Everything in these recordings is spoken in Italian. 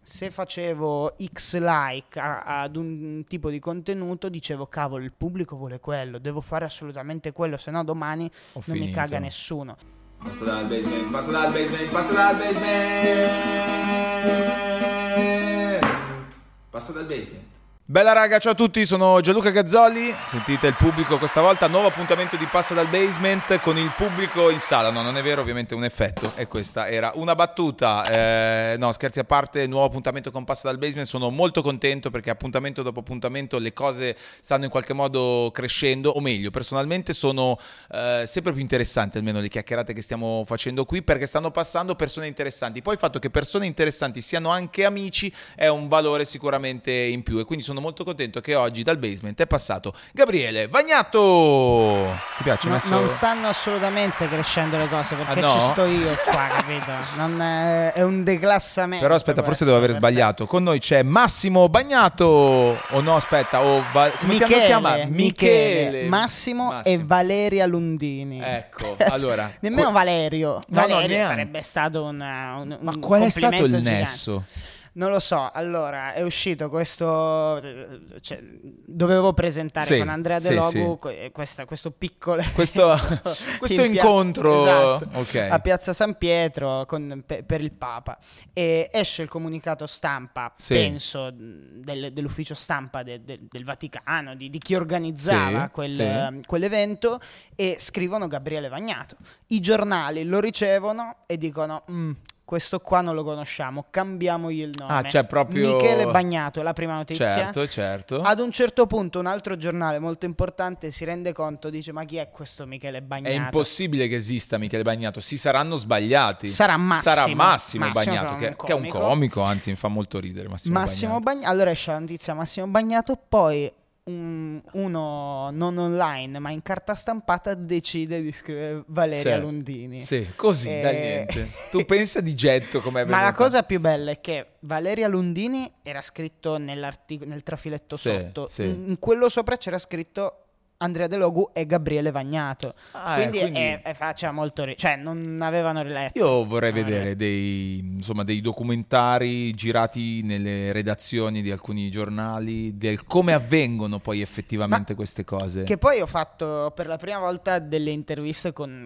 se facevo X like ad un tipo di contenuto, dicevo cavolo, il pubblico vuole quello, devo fare assolutamente quello, se no domani non mi caga nessuno. Passa dal basement, passa dal basement, passa dal basement. Passa dal basement. Bella raga, ciao a tutti, sono Gianluca Gazzoli. Sentite il pubblico questa volta, nuovo appuntamento di Passa dal Basement con il pubblico in sala. No, non è vero, ovviamente è un effetto. E questa era una battuta. No, scherzi a parte, nuovo appuntamento con Passa dal Basement. Sono molto contento perché appuntamento dopo appuntamento le cose stanno in qualche modo crescendo. O meglio, personalmente sono sempre più interessanti, almeno le chiacchierate che stiamo facendo qui, perché stanno passando persone interessanti. Poi il fatto che persone interessanti siano anche amici è un valore sicuramente in più. E quindi sono molto contento che oggi dal basement è passato Gabriele Vagnato. Ti piace? Non stanno assolutamente crescendo le cose perché no? ci sto io qua, capito? È un declassamento. Però aspetta, forse devo aver sbagliato. Con noi c'è Massimo Bagnato. O no, aspetta, come ti hanno chiamato? Michele, Massimo e Valeria Lundini. Ecco, allora. Nemmeno Valerio. No, Valerio sarebbe stato un Ma qual è stato il gigante. nesso? Non lo so, allora è uscito questo, cioè, dovevo presentare con Andrea De Logu questo piccolo questo incontro, esatto, okay, a Piazza San Pietro per il Papa, e esce il comunicato stampa, penso dell'ufficio stampa del Vaticano, di chi organizzava quell'evento, e scrivono Gabriele Vagnato. I giornali lo ricevono e dicono questo qua non lo conosciamo, cambiamogli il nome. Cioè proprio Michele Bagnato è la prima notizia. Certo. Ad un certo punto un altro giornale molto importante si rende conto, dice ma chi è questo Michele Bagnato? È impossibile che esista Michele Bagnato, si saranno sbagliati. Sarà Massimo Bagnato, che è un comico, anzi mi fa molto ridere Massimo Bagnato. Allora esce la notizia Massimo Bagnato, poi uno non online ma in carta stampata decide di scrivere Valeria Lundini. Sì, così da niente. Tu pensa di getto com'è venuta. Ma la cosa più bella è che Valeria Lundini era scritto nel trafiletto sotto. In quello sopra c'era scritto Andrea De Logu e Gabriele Vagnato. Quindi faccia molto cioè non avevano riletto. Io vorrei vedere dei documentari girati nelle redazioni di alcuni giornali del come avvengono poi effettivamente queste cose. Che poi ho fatto per la prima volta delle interviste con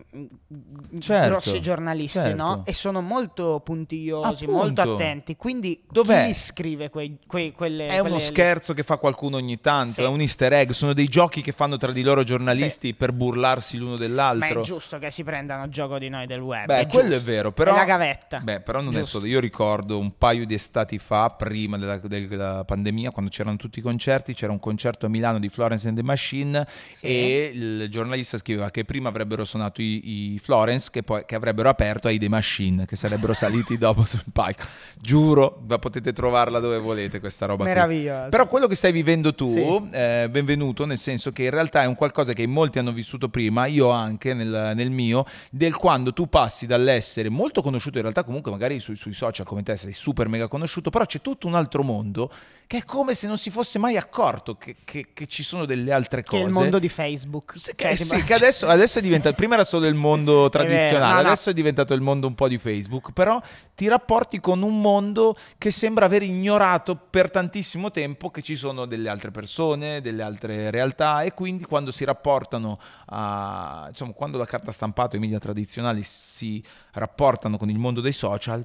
grossi giornalisti, no? E sono molto puntigliosi, molto attenti. Quindi chi li scrive quelle È uno scherzo che fa qualcuno ogni tanto, è un easter egg, sono dei giochi che fanno tra di loro giornalisti per burlarsi l'uno dell'altro. Ma è giusto che si prendano gioco di noi del web. Quello è vero, però è la gavetta. Però non è solo. Io ricordo un paio di estati fa, prima della pandemia, quando c'erano tutti i concerti, c'era un concerto a Milano di Florence and the Machine e il giornalista scriveva che prima avrebbero suonato i Florence, che avrebbero aperto ai The Machine, che sarebbero saliti dopo sul palco. Giuro, potete trovarla dove volete questa roba. Meravigliosa. Però quello che stai vivendo tu, benvenuto, nel senso che in realtà è un qualcosa che in molti hanno vissuto prima, io anche nel mio, del quando tu passi dall'essere molto conosciuto, in realtà comunque magari sui social come te sei super mega conosciuto, però c'è tutto un altro mondo che è come se non si fosse mai accorto che ci sono delle altre cose. Che è il mondo di Facebook. Che adesso è diventato, prima era solo il mondo tradizionale, adesso è diventato il mondo un po' di Facebook, però ti rapporti con un mondo che sembra aver ignorato per tantissimo tempo che ci sono delle altre persone, delle altre realtà, e quindi quando si rapportano quando la carta stampata e i media tradizionali si rapportano con il mondo dei social,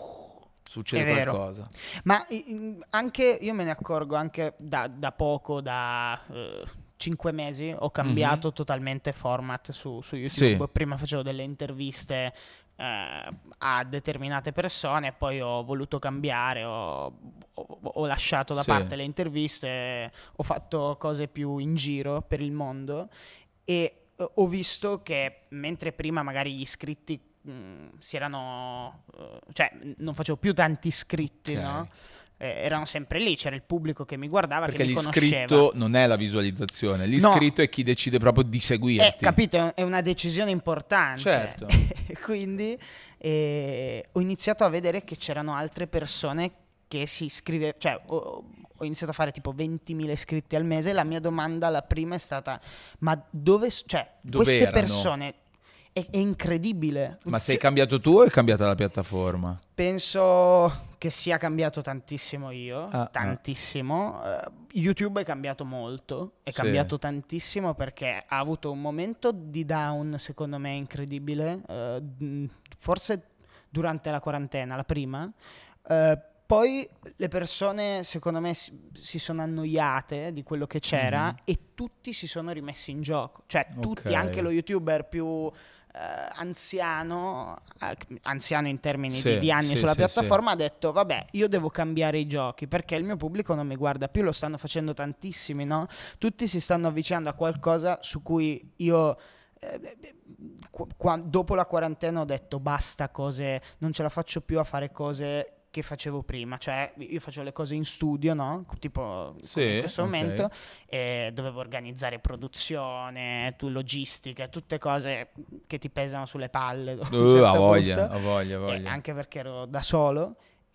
succede qualcosa. Ma anche io me ne accorgo anche da poco, da 5 mesi ho cambiato totalmente format su YouTube. Prima facevo delle interviste a determinate persone, poi ho voluto cambiare, ho lasciato da parte le interviste, ho fatto cose più in giro per il mondo, e ho visto che mentre prima magari gli iscritti si erano cioè non facevo più tanti iscritti, no? Erano sempre lì, c'era il pubblico che mi guardava, perché che mi conosceva. Perché l'iscritto non è la visualizzazione, l'iscritto è chi decide proprio di seguirti. Capito? È una decisione importante. Certo. Quindi ho iniziato a vedere che c'erano altre persone che si iscrivevano, cioè ho iniziato a fare tipo 20.000 iscritti al mese. La mia domanda, la prima, è stata: ma dove queste erano? persone? è incredibile. Ma sei cambiato tu o è cambiata la piattaforma? Penso che sia cambiato tantissimo io, tantissimo. YouTube è cambiato molto, è cambiato tantissimo perché ha avuto un momento di down, secondo me, incredibile, forse durante la quarantena, la prima. Poi le persone, secondo me, si sono annoiate di quello che c'era e tutti si sono rimessi in gioco. Cioè, tutti, anche lo YouTuber più anziano in termini di anni sulla piattaforma, ha detto, vabbè, io devo cambiare i giochi perché il mio pubblico non mi guarda più, lo stanno facendo tantissimi, no? Tutti si stanno avvicinando a qualcosa su cui io... dopo la quarantena ho detto basta cose, non ce la faccio più a fare cose che facevo prima, cioè io facevo le cose in studio, no? Tipo in questo momento, e dovevo organizzare produzione, logistiche, tutte cose che ti pesano sulle palle. A voglia. Anche perché ero da solo.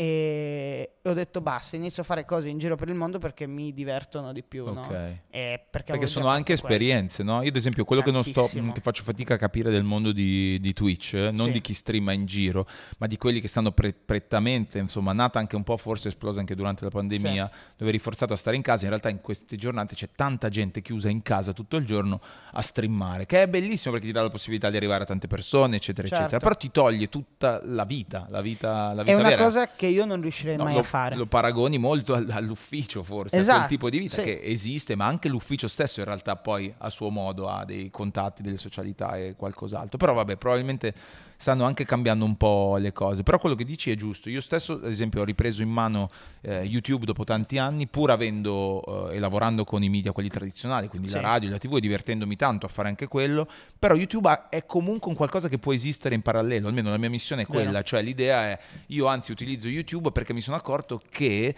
E ho detto basta, inizio a fare cose in giro per il mondo perché mi divertono di più, no? Perché sono anche esperienze, no? Io ad esempio quello che faccio fatica a capire del mondo di Twitch, non di chi streama in giro, ma di quelli che stanno prettamente, insomma, nata anche un po', forse esplosa anche durante la pandemia, dove eri forzato a stare in casa. In realtà in queste giornate c'è tanta gente chiusa in casa tutto il giorno a streamare, che è bellissimo perché ti dà la possibilità di arrivare a tante persone, eccetera, eccetera, però ti toglie tutta la vita è una vera. Cosa che io non riuscirei mai a fare. Lo paragoni molto all'ufficio, forse, a quel tipo di vita che esiste, ma anche l'ufficio stesso in realtà poi a suo modo ha dei contatti, delle socialità e qualcos'altro. Però vabbè, probabilmente stanno anche cambiando un po' le cose. Però quello che dici è giusto. Io stesso, ad esempio, ho ripreso in mano YouTube dopo tanti anni, pur avendo e lavorando con i media, quelli tradizionali, quindi la radio, la TV, e divertendomi tanto a fare anche quello. Però YouTube è comunque un qualcosa che può esistere in parallelo, almeno la mia missione è quella. Cioè l'idea è, io anzi utilizzo YouTube perché mi sono accorto che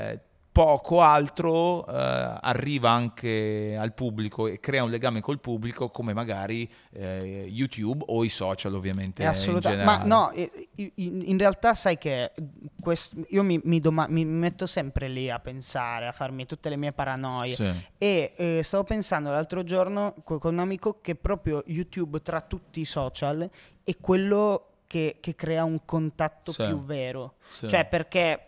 poco altro arriva anche al pubblico e crea un legame col pubblico come magari YouTube o i social, ovviamente, in generale. Ma no, in realtà sai che io mi metto sempre lì a pensare, a farmi tutte le mie paranoie e stavo pensando l'altro giorno con un amico che proprio YouTube, tra tutti i social, è quello che crea un contatto più vero. Cioè, perché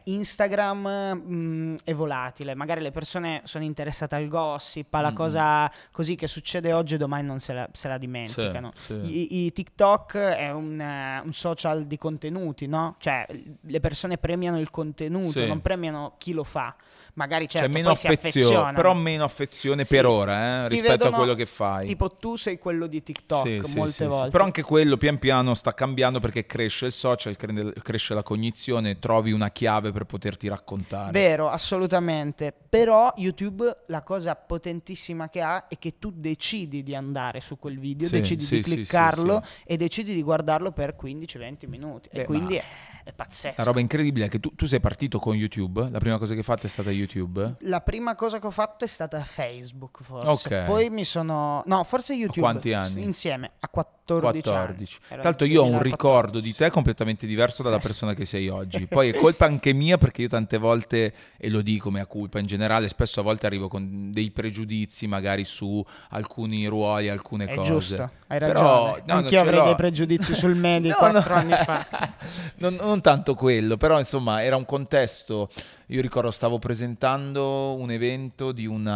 Instagram è volatile, magari le persone sono interessate al gossip, alla cosa così che succede oggi e domani non se la dimenticano. I TikTok è un social di contenuti, no? Cioè le persone premiano il contenuto, non premiano chi lo fa. Magari meno affezione, però meno affezione per ora rispetto a quello che fai. Tipo tu sei quello di TikTok molte volte. Però anche quello pian piano sta cambiando perché cresce il social, cresce la cognizione, trovi una chiave per poterti raccontare. Vero, assolutamente. Però YouTube, la cosa potentissima che ha è che tu decidi di andare su quel video, decidi di cliccarlo e decidi di guardarlo per 15-20 minuti. E quindi è pazzesco. La roba incredibile è che tu sei partito con YouTube. La prima cosa che hai fatto è stata YouTube? La prima cosa che ho fatto è stata Facebook, forse. Poi mi sono... No, forse YouTube. A quanti anni? Insieme, a 14 anni. Tanto io ho un ricordo di te completamente diverso dalla persona che sei oggi. Poi è colpa anche mia perché io tante volte, e lo dico mea culpa in generale, spesso a volte arrivo con dei pregiudizi magari su alcuni ruoli, alcune cose. È giusto, hai ragione. Anch'io avrei dei pregiudizi sul media 4 anni fa. Non tanto quello, però insomma era un contesto. Io ricordo stavo presentando un evento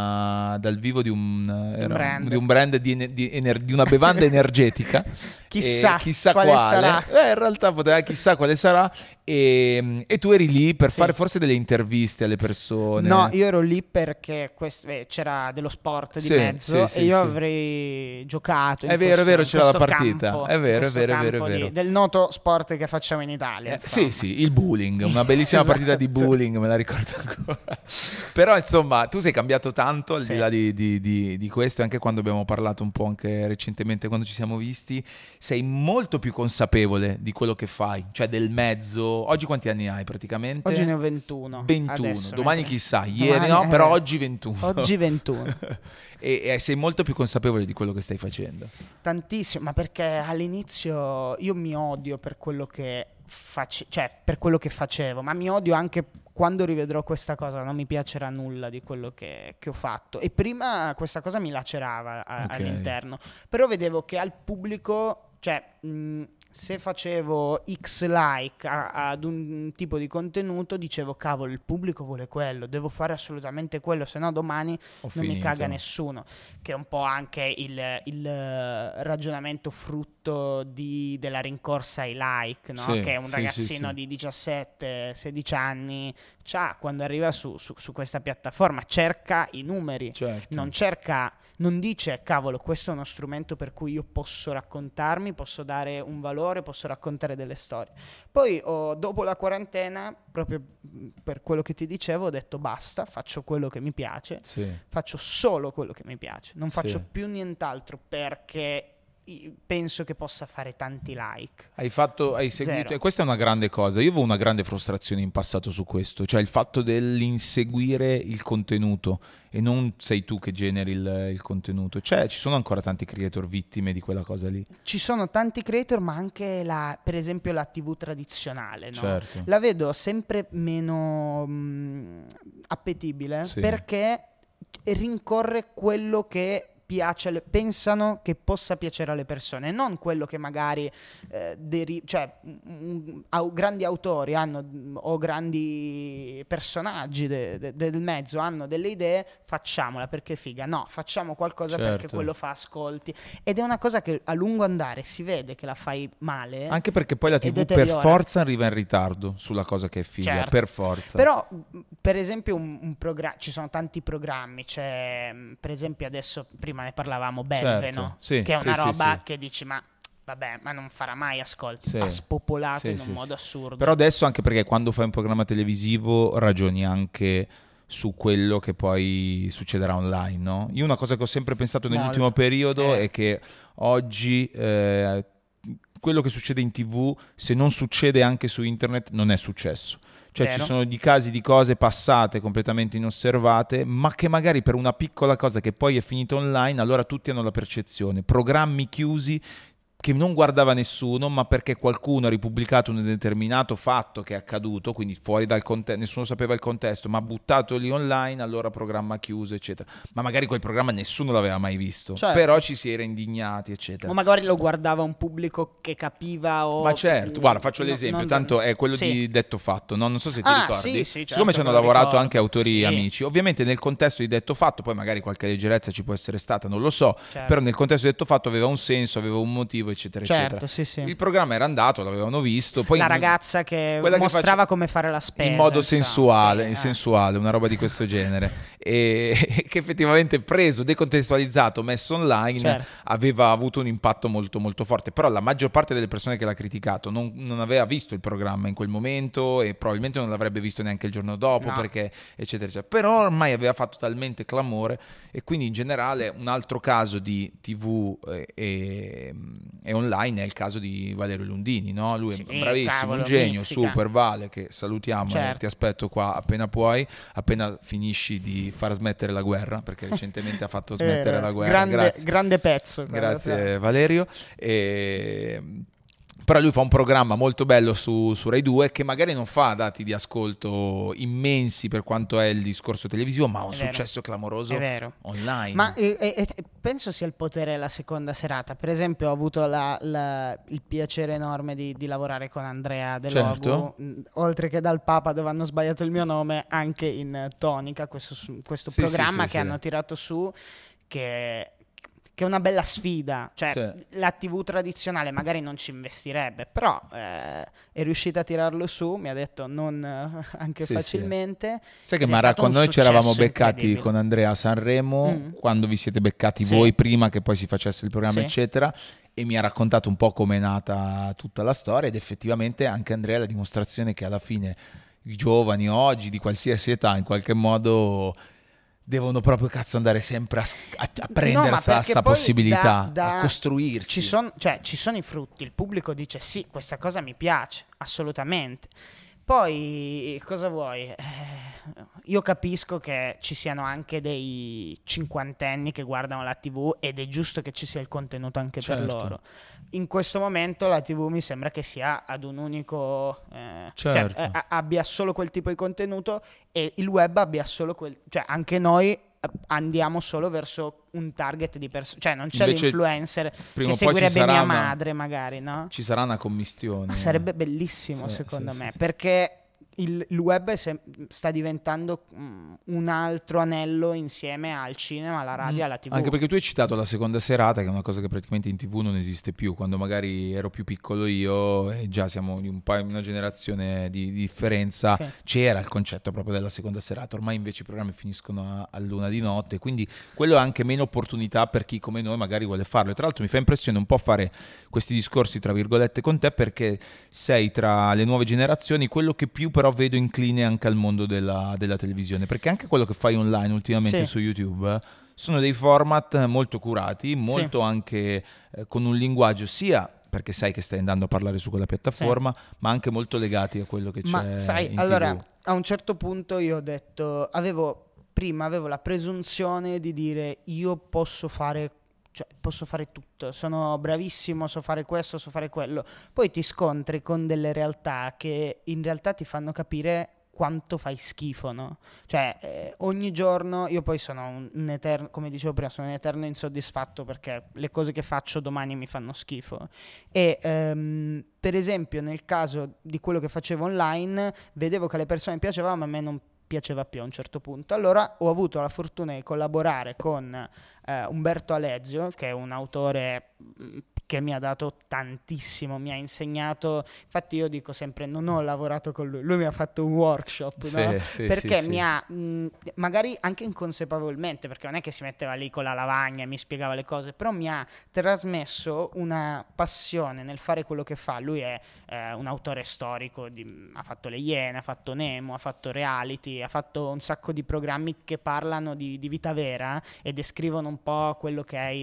dal vivo di un brand di una bevanda energetica. Chissà quale sarà. In realtà poteva, chissà quale sarà. E tu eri lì per fare forse delle interviste alle persone. No, io ero lì perché c'era dello sport di mezzo e io avrei giocato. È vero, c'era la partita. Campo, è vero. Del noto sport che facciamo in Italia. Sì, il bowling, una bellissima partita di bowling, me la ricordo ancora. Però insomma, tu sei cambiato tanto al di là di questo, e anche quando abbiamo parlato un po' anche recentemente quando ci siamo visti, sei molto più consapevole di quello che fai, cioè del mezzo. Oggi quanti anni hai praticamente? Oggi ne ho 21. Adesso, domani chissà, ieri no, però oggi 21. Oggi 21. E sei molto più consapevole di quello che stai facendo. Tantissimo, ma perché all'inizio io mi odio per quello che per quello che facevo, ma mi odio anche quando rivedrò questa cosa, non mi piacerà nulla di quello che ho fatto. E prima questa cosa mi lacerava all'interno, però vedevo che al pubblico cioè se facevo X like ad un tipo di contenuto, dicevo cavolo, il pubblico vuole quello, devo fare assolutamente quello, se no domani non mi caga nessuno, che è un po' anche il ragionamento frutto della rincorsa ai like, no? Che un ragazzino di 17-16 anni quando arriva su questa piattaforma, cerca i numeri, non dice cavolo, questo è uno strumento per cui io posso raccontarmi, posso dare un valore, posso raccontare delle storie. Poi dopo la quarantena, proprio per quello che ti dicevo, ho detto basta, faccio quello che mi piace, faccio solo quello che mi piace, non faccio più nient'altro perché penso che possa fare tanti like. Hai seguito, e questa è una grande cosa. Io avevo una grande frustrazione in passato su questo, cioè il fatto dell'inseguire il contenuto e non sei tu che generi il contenuto. Cioè ci sono ancora tanti creator vittime di quella cosa lì. Ci sono tanti creator, ma anche per esempio la TV tradizionale, no? La vedo sempre meno appetibile perché rincorre quello che pensano che possa piacere alle persone, non quello che magari grandi autori o grandi personaggi del mezzo hanno delle idee, facciamola perché è figa. No, facciamo qualcosa perché quello fa ascolti, ed è una cosa che a lungo andare si vede che la fai male, anche perché poi la TV per forza arriva in ritardo sulla cosa che è figa, per forza. Però per esempio un programma, ci sono tanti programmi, c'è per esempio adesso prima ne parlavamo, Belve, no? Che è una roba che dici ma vabbè, ma non farà mai ascolti, ha spopolato in un modo assurdo. Però adesso, anche perché quando fai un programma televisivo ragioni anche su quello che poi succederà online, no? Io una cosa che ho sempre pensato nell'ultimo periodo è che oggi quello che succede in TV, se non succede anche su internet, non è successo. Cioè ci sono di casi di cose passate completamente inosservate, ma che magari per una piccola cosa che poi è finita online, allora tutti hanno la percezione. Programmi chiusi che non guardava nessuno, ma perché qualcuno ha ripubblicato un determinato fatto che è accaduto, quindi fuori dal contesto, nessuno sapeva il contesto, ma buttato lì online, allora programma chiuso, eccetera. Ma magari quel programma nessuno l'aveva mai visto, però ci si era indignati, eccetera. O magari lo guardava un pubblico che capiva o... Ma certo, guarda, faccio l'esempio, tanto è quello di Detto Fatto, no? Non so se ti ricordi. Siccome ci hanno lavorato anche autori amici, ovviamente nel contesto di Detto Fatto, poi magari qualche leggerezza ci può essere stata, non lo so, però nel contesto di Detto Fatto aveva un senso, aveva un motivo, eccetera, eccetera. Il programma era andato, l'avevano visto. Poi la ragazza che mostrava come fare la spesa in modo sensuale, una roba di questo genere, e che effettivamente preso, decontestualizzato, messo online, aveva avuto un impatto molto molto forte. Però la maggior parte delle persone che l'ha criticato non aveva visto il programma in quel momento e probabilmente non l'avrebbe visto neanche il giorno dopo, perché eccetera eccetera. Però ormai aveva fatto talmente clamore, e quindi in generale un altro caso di TV e online è il caso di Valerio Lundini, no? Lui è bravissimo, un genio, super Vale, che salutiamo, ti aspetto qua appena puoi, appena finisci di far smettere la guerra, perché recentemente ha fatto smettere la guerra. Grande pezzo. Grazie Valerio. Però lui fa un programma molto bello su Rai 2 che magari non fa dati di ascolto immensi per quanto è il discorso televisivo, ma ha un successo clamoroso online. Ma penso sia il potere della seconda serata. Per esempio ho avuto il piacere enorme di lavorare con Andrea De Logu, oltre che dal Papa dove hanno sbagliato il mio nome, anche in Tonica, questo programma che hanno tirato su, che è una bella sfida, cioè la TV tradizionale magari non ci investirebbe, però è riuscita a tirarlo su, mi ha detto non anche facilmente. Sai che Mara, quando noi ci eravamo beccati con Andrea a Sanremo, quando vi siete beccati voi prima che poi si facesse il programma eccetera, e mi ha raccontato un po' com'è nata tutta la storia, ed effettivamente anche Andrea è la dimostrazione che alla fine i giovani oggi di qualsiasi età in qualche modo devono proprio andare sempre a prendere questa possibilità, a costruirci. Ci sono i frutti, il pubblico dice sì, questa cosa mi piace, assolutamente. Poi cosa vuoi? Io capisco che ci siano anche dei cinquantenni che guardano la TV ed è giusto che ci sia il contenuto anche per loro. In questo momento la TV mi sembra che sia ad un unico... abbia solo quel tipo di contenuto, e il web abbia solo quel... Cioè anche noi andiamo solo verso un target di persone, cioè non c'è Invece, l'influencer prima che o poi seguirebbe mia madre magari, no? Ci sarà una commistione. Ma sarebbe bellissimo, secondo me, sì. perché il web sta diventando un altro anello insieme al cinema, alla radio e alla TV. Anche perché tu hai citato la seconda serata, che è una cosa che praticamente in TV non esiste più. Quando magari ero più piccolo io, e già siamo di una generazione di differenza, Sì. c'era il concetto proprio della seconda serata. Ormai invece i programmi finiscono a luna di notte, quindi quello è anche meno opportunità per chi come noi magari vuole farlo. E tra l'altro mi fa impressione un po' fare questi discorsi tra virgolette con te, perché sei tra le nuove generazioni quello che più però vedo incline anche al mondo della televisione, perché anche quello che fai online ultimamente su YouTube sono dei format molto curati, molto anche con un linguaggio sia perché sai che stai andando a parlare su quella piattaforma, ma anche molto legati a quello che c'è. Ma sai, in allora TV. a un certo punto io ho detto, avevo la presunzione di dire io posso fare tutto, sono bravissimo, so fare questo, so fare quello. Poi ti scontri con delle realtà che in realtà ti fanno capire quanto fai schifo, no? Cioè, ogni giorno io poi sono un eterno, come dicevo prima, sono un eterno insoddisfatto perché le cose che faccio domani mi fanno schifo. E per esempio nel caso di quello che facevo online, vedevo che alle persone piaceva, ma a me non piaceva più a un certo punto. Allora ho avuto la fortuna di collaborare con Umberto Alezio, che è un autore che mi ha dato tantissimo, mi ha insegnato, infatti io dico sempre non ho lavorato con lui mi ha fatto un workshop, no? Perché mi ha, magari anche inconsapevolmente, perché non è che si metteva lì con la lavagna e mi spiegava le cose, però mi ha trasmesso una passione nel fare quello che fa. Lui è un autore storico, ha fatto Le Iene, ha fatto Nemo, ha fatto reality, ha fatto un sacco di programmi che parlano di vita vera e descrivono un po' quello che è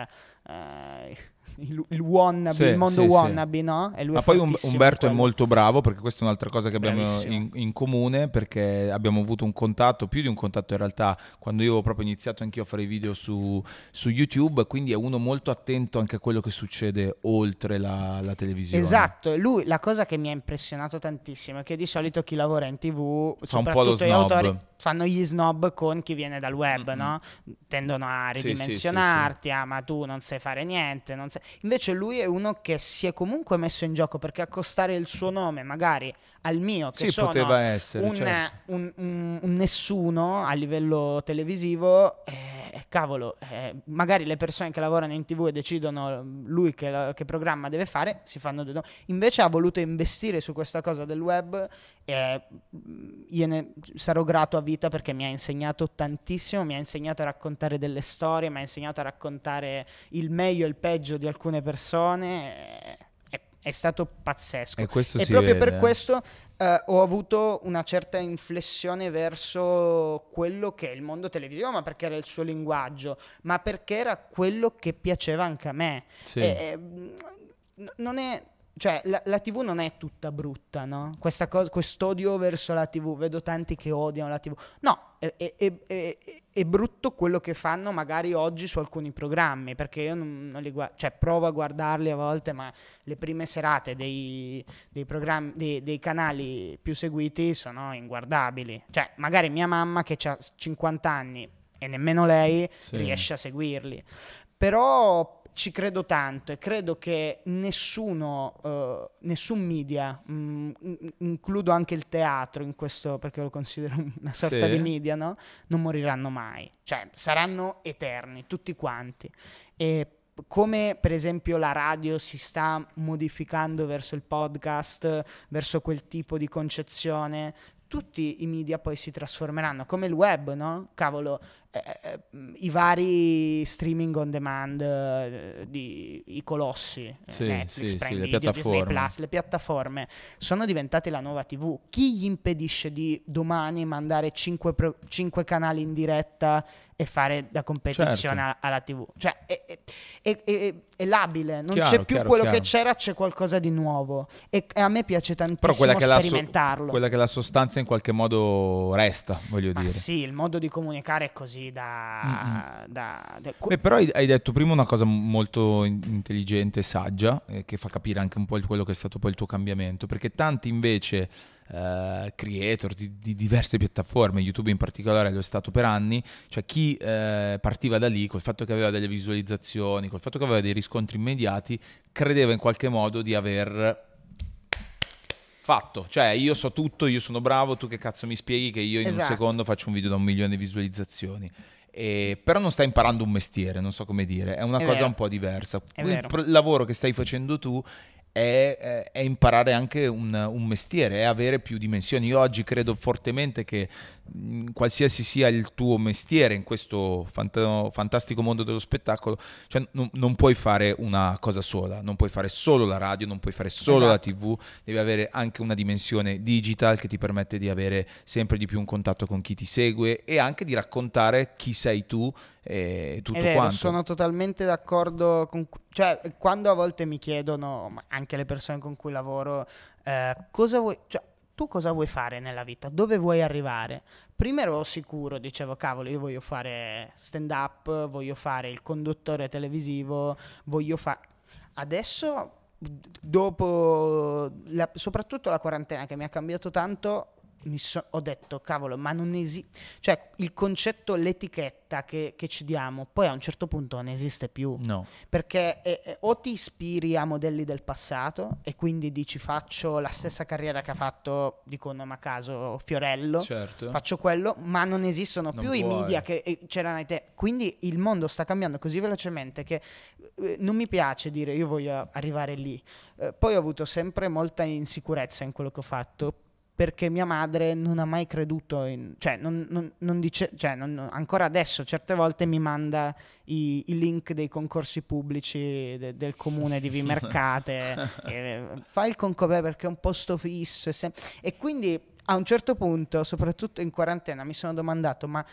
il wannabe, il mondo wannabe, no? E lui ma poi Umberto è molto bravo, perché questa è un'altra cosa che abbiamo in comune, perché abbiamo avuto un contatto, più di un contatto in realtà, quando io ho proprio iniziato anch'io a fare video su YouTube, quindi è uno molto attento anche a quello che succede oltre la televisione. Esatto, e lui, la cosa che mi ha impressionato tantissimo è che di solito chi lavora in TV, fa un po' lo soprattutto gli snob. autori, fanno gli snob con chi viene dal web, no? Tendono a ridimensionarti, ma tu non sai fare niente, non sai... Invece lui è uno che si è comunque messo in gioco, perché accostare il suo nome magari al mio, che sono poteva essere, un nessuno a livello televisivo, cavolo, magari le persone che lavorano in TV e decidono lui che programma deve fare, si fanno invece ha voluto investire su questa cosa del web, e io ne sarò grato a vita perché mi ha insegnato tantissimo, mi ha insegnato a raccontare delle storie, mi ha insegnato a raccontare il meglio e il peggio di alcune persone. È stato pazzesco e proprio per questo ho avuto una certa inflessione verso quello che è il mondo televisivo, ma perché era il suo linguaggio, ma perché era quello che piaceva anche a me. Non è, cioè la TV non è tutta brutta, no? Questa cosa, quest'odio verso la TV, vedo tanti che odiano la TV. No, è brutto quello che fanno magari oggi su alcuni programmi, perché io non li guardo, cioè provo a guardarli a volte, ma le prime serate dei programmi, dei canali più seguiti sono inguardabili. Cioè magari mia mamma che ha 50 anni e nemmeno lei riesce a seguirli, però ci credo tanto e credo che nessun media, includo anche il teatro in questo perché lo considero una sorta di media, no? Non moriranno mai, cioè saranno eterni tutti quanti. E come per esempio la radio si sta modificando verso il podcast, verso quel tipo di concezione, tutti i media poi si trasformeranno, come il web, no? Cavolo, i vari streaming on demand i colossi, Netflix, Prime Video, Disney Plus, le piattaforme sono diventate la nuova TV. Chi gli impedisce di domani mandare 5 canali in diretta e fare da competizione alla TV? Cioè è labile, non c'è più quello che c'era, c'è qualcosa di nuovo e a me piace tantissimo sperimentarlo. Quella che la sostanza in qualche modo resta, voglio dire. Sì, il modo di comunicare è così, così Beh, però hai detto prima una cosa molto intelligente e saggia, che fa capire anche un po' quello che è stato poi il tuo cambiamento, perché tanti invece creator di diverse piattaforme, YouTube in particolare lo è stato per anni, cioè chi partiva da lì col fatto che aveva delle visualizzazioni, col fatto che aveva dei riscontri immediati, credeva in qualche modo di aver fatto, cioè io so tutto, io sono bravo, tu che cazzo mi spieghi che io in un secondo faccio un video da 1 milione di visualizzazioni. Però non stai imparando un mestiere, non so come dire, è una cosa un po' diversa. Il lavoro che stai facendo tu è imparare anche un mestiere, è avere più dimensioni. Io oggi credo fortemente che qualsiasi sia il tuo mestiere in questo fantastico mondo dello spettacolo, cioè non puoi fare una cosa sola, non puoi fare solo la radio, non puoi fare solo la TV, devi avere anche una dimensione digital che ti permette di avere sempre di più un contatto con chi ti segue e anche di raccontare chi sei tu e tutto quanto. Sono totalmente d'accordo cioè quando a volte mi chiedono, ma anche le persone con cui lavoro, cosa vuoi, cioè, tu cosa vuoi fare nella vita? Dove vuoi arrivare? Prima ero sicuro, dicevo, cavolo, io voglio fare stand up, voglio fare il conduttore televisivo, voglio fare... Adesso, dopo soprattutto la quarantena che mi ha cambiato tanto, ho detto, cavolo, ma non esiste, cioè il concetto, l'etichetta che ci diamo, poi a un certo punto non esiste più, no, perché o ti ispiri a modelli del passato e quindi dici faccio la stessa carriera che ha fatto, dico nome a caso, Fiorello, faccio quello, ma non esistono più i media che c'erano ai te, quindi il mondo sta cambiando così velocemente che non mi piace dire io voglio arrivare lì. Poi ho avuto sempre molta insicurezza in quello che ho fatto, perché mia madre non ha mai creduto cioè non dice, cioè ancora adesso certe volte mi manda i link dei concorsi pubblici del comune di Vimercate fai il concorso perché è un posto fisso e quindi a un certo punto, soprattutto in quarantena, mi sono domandato, ma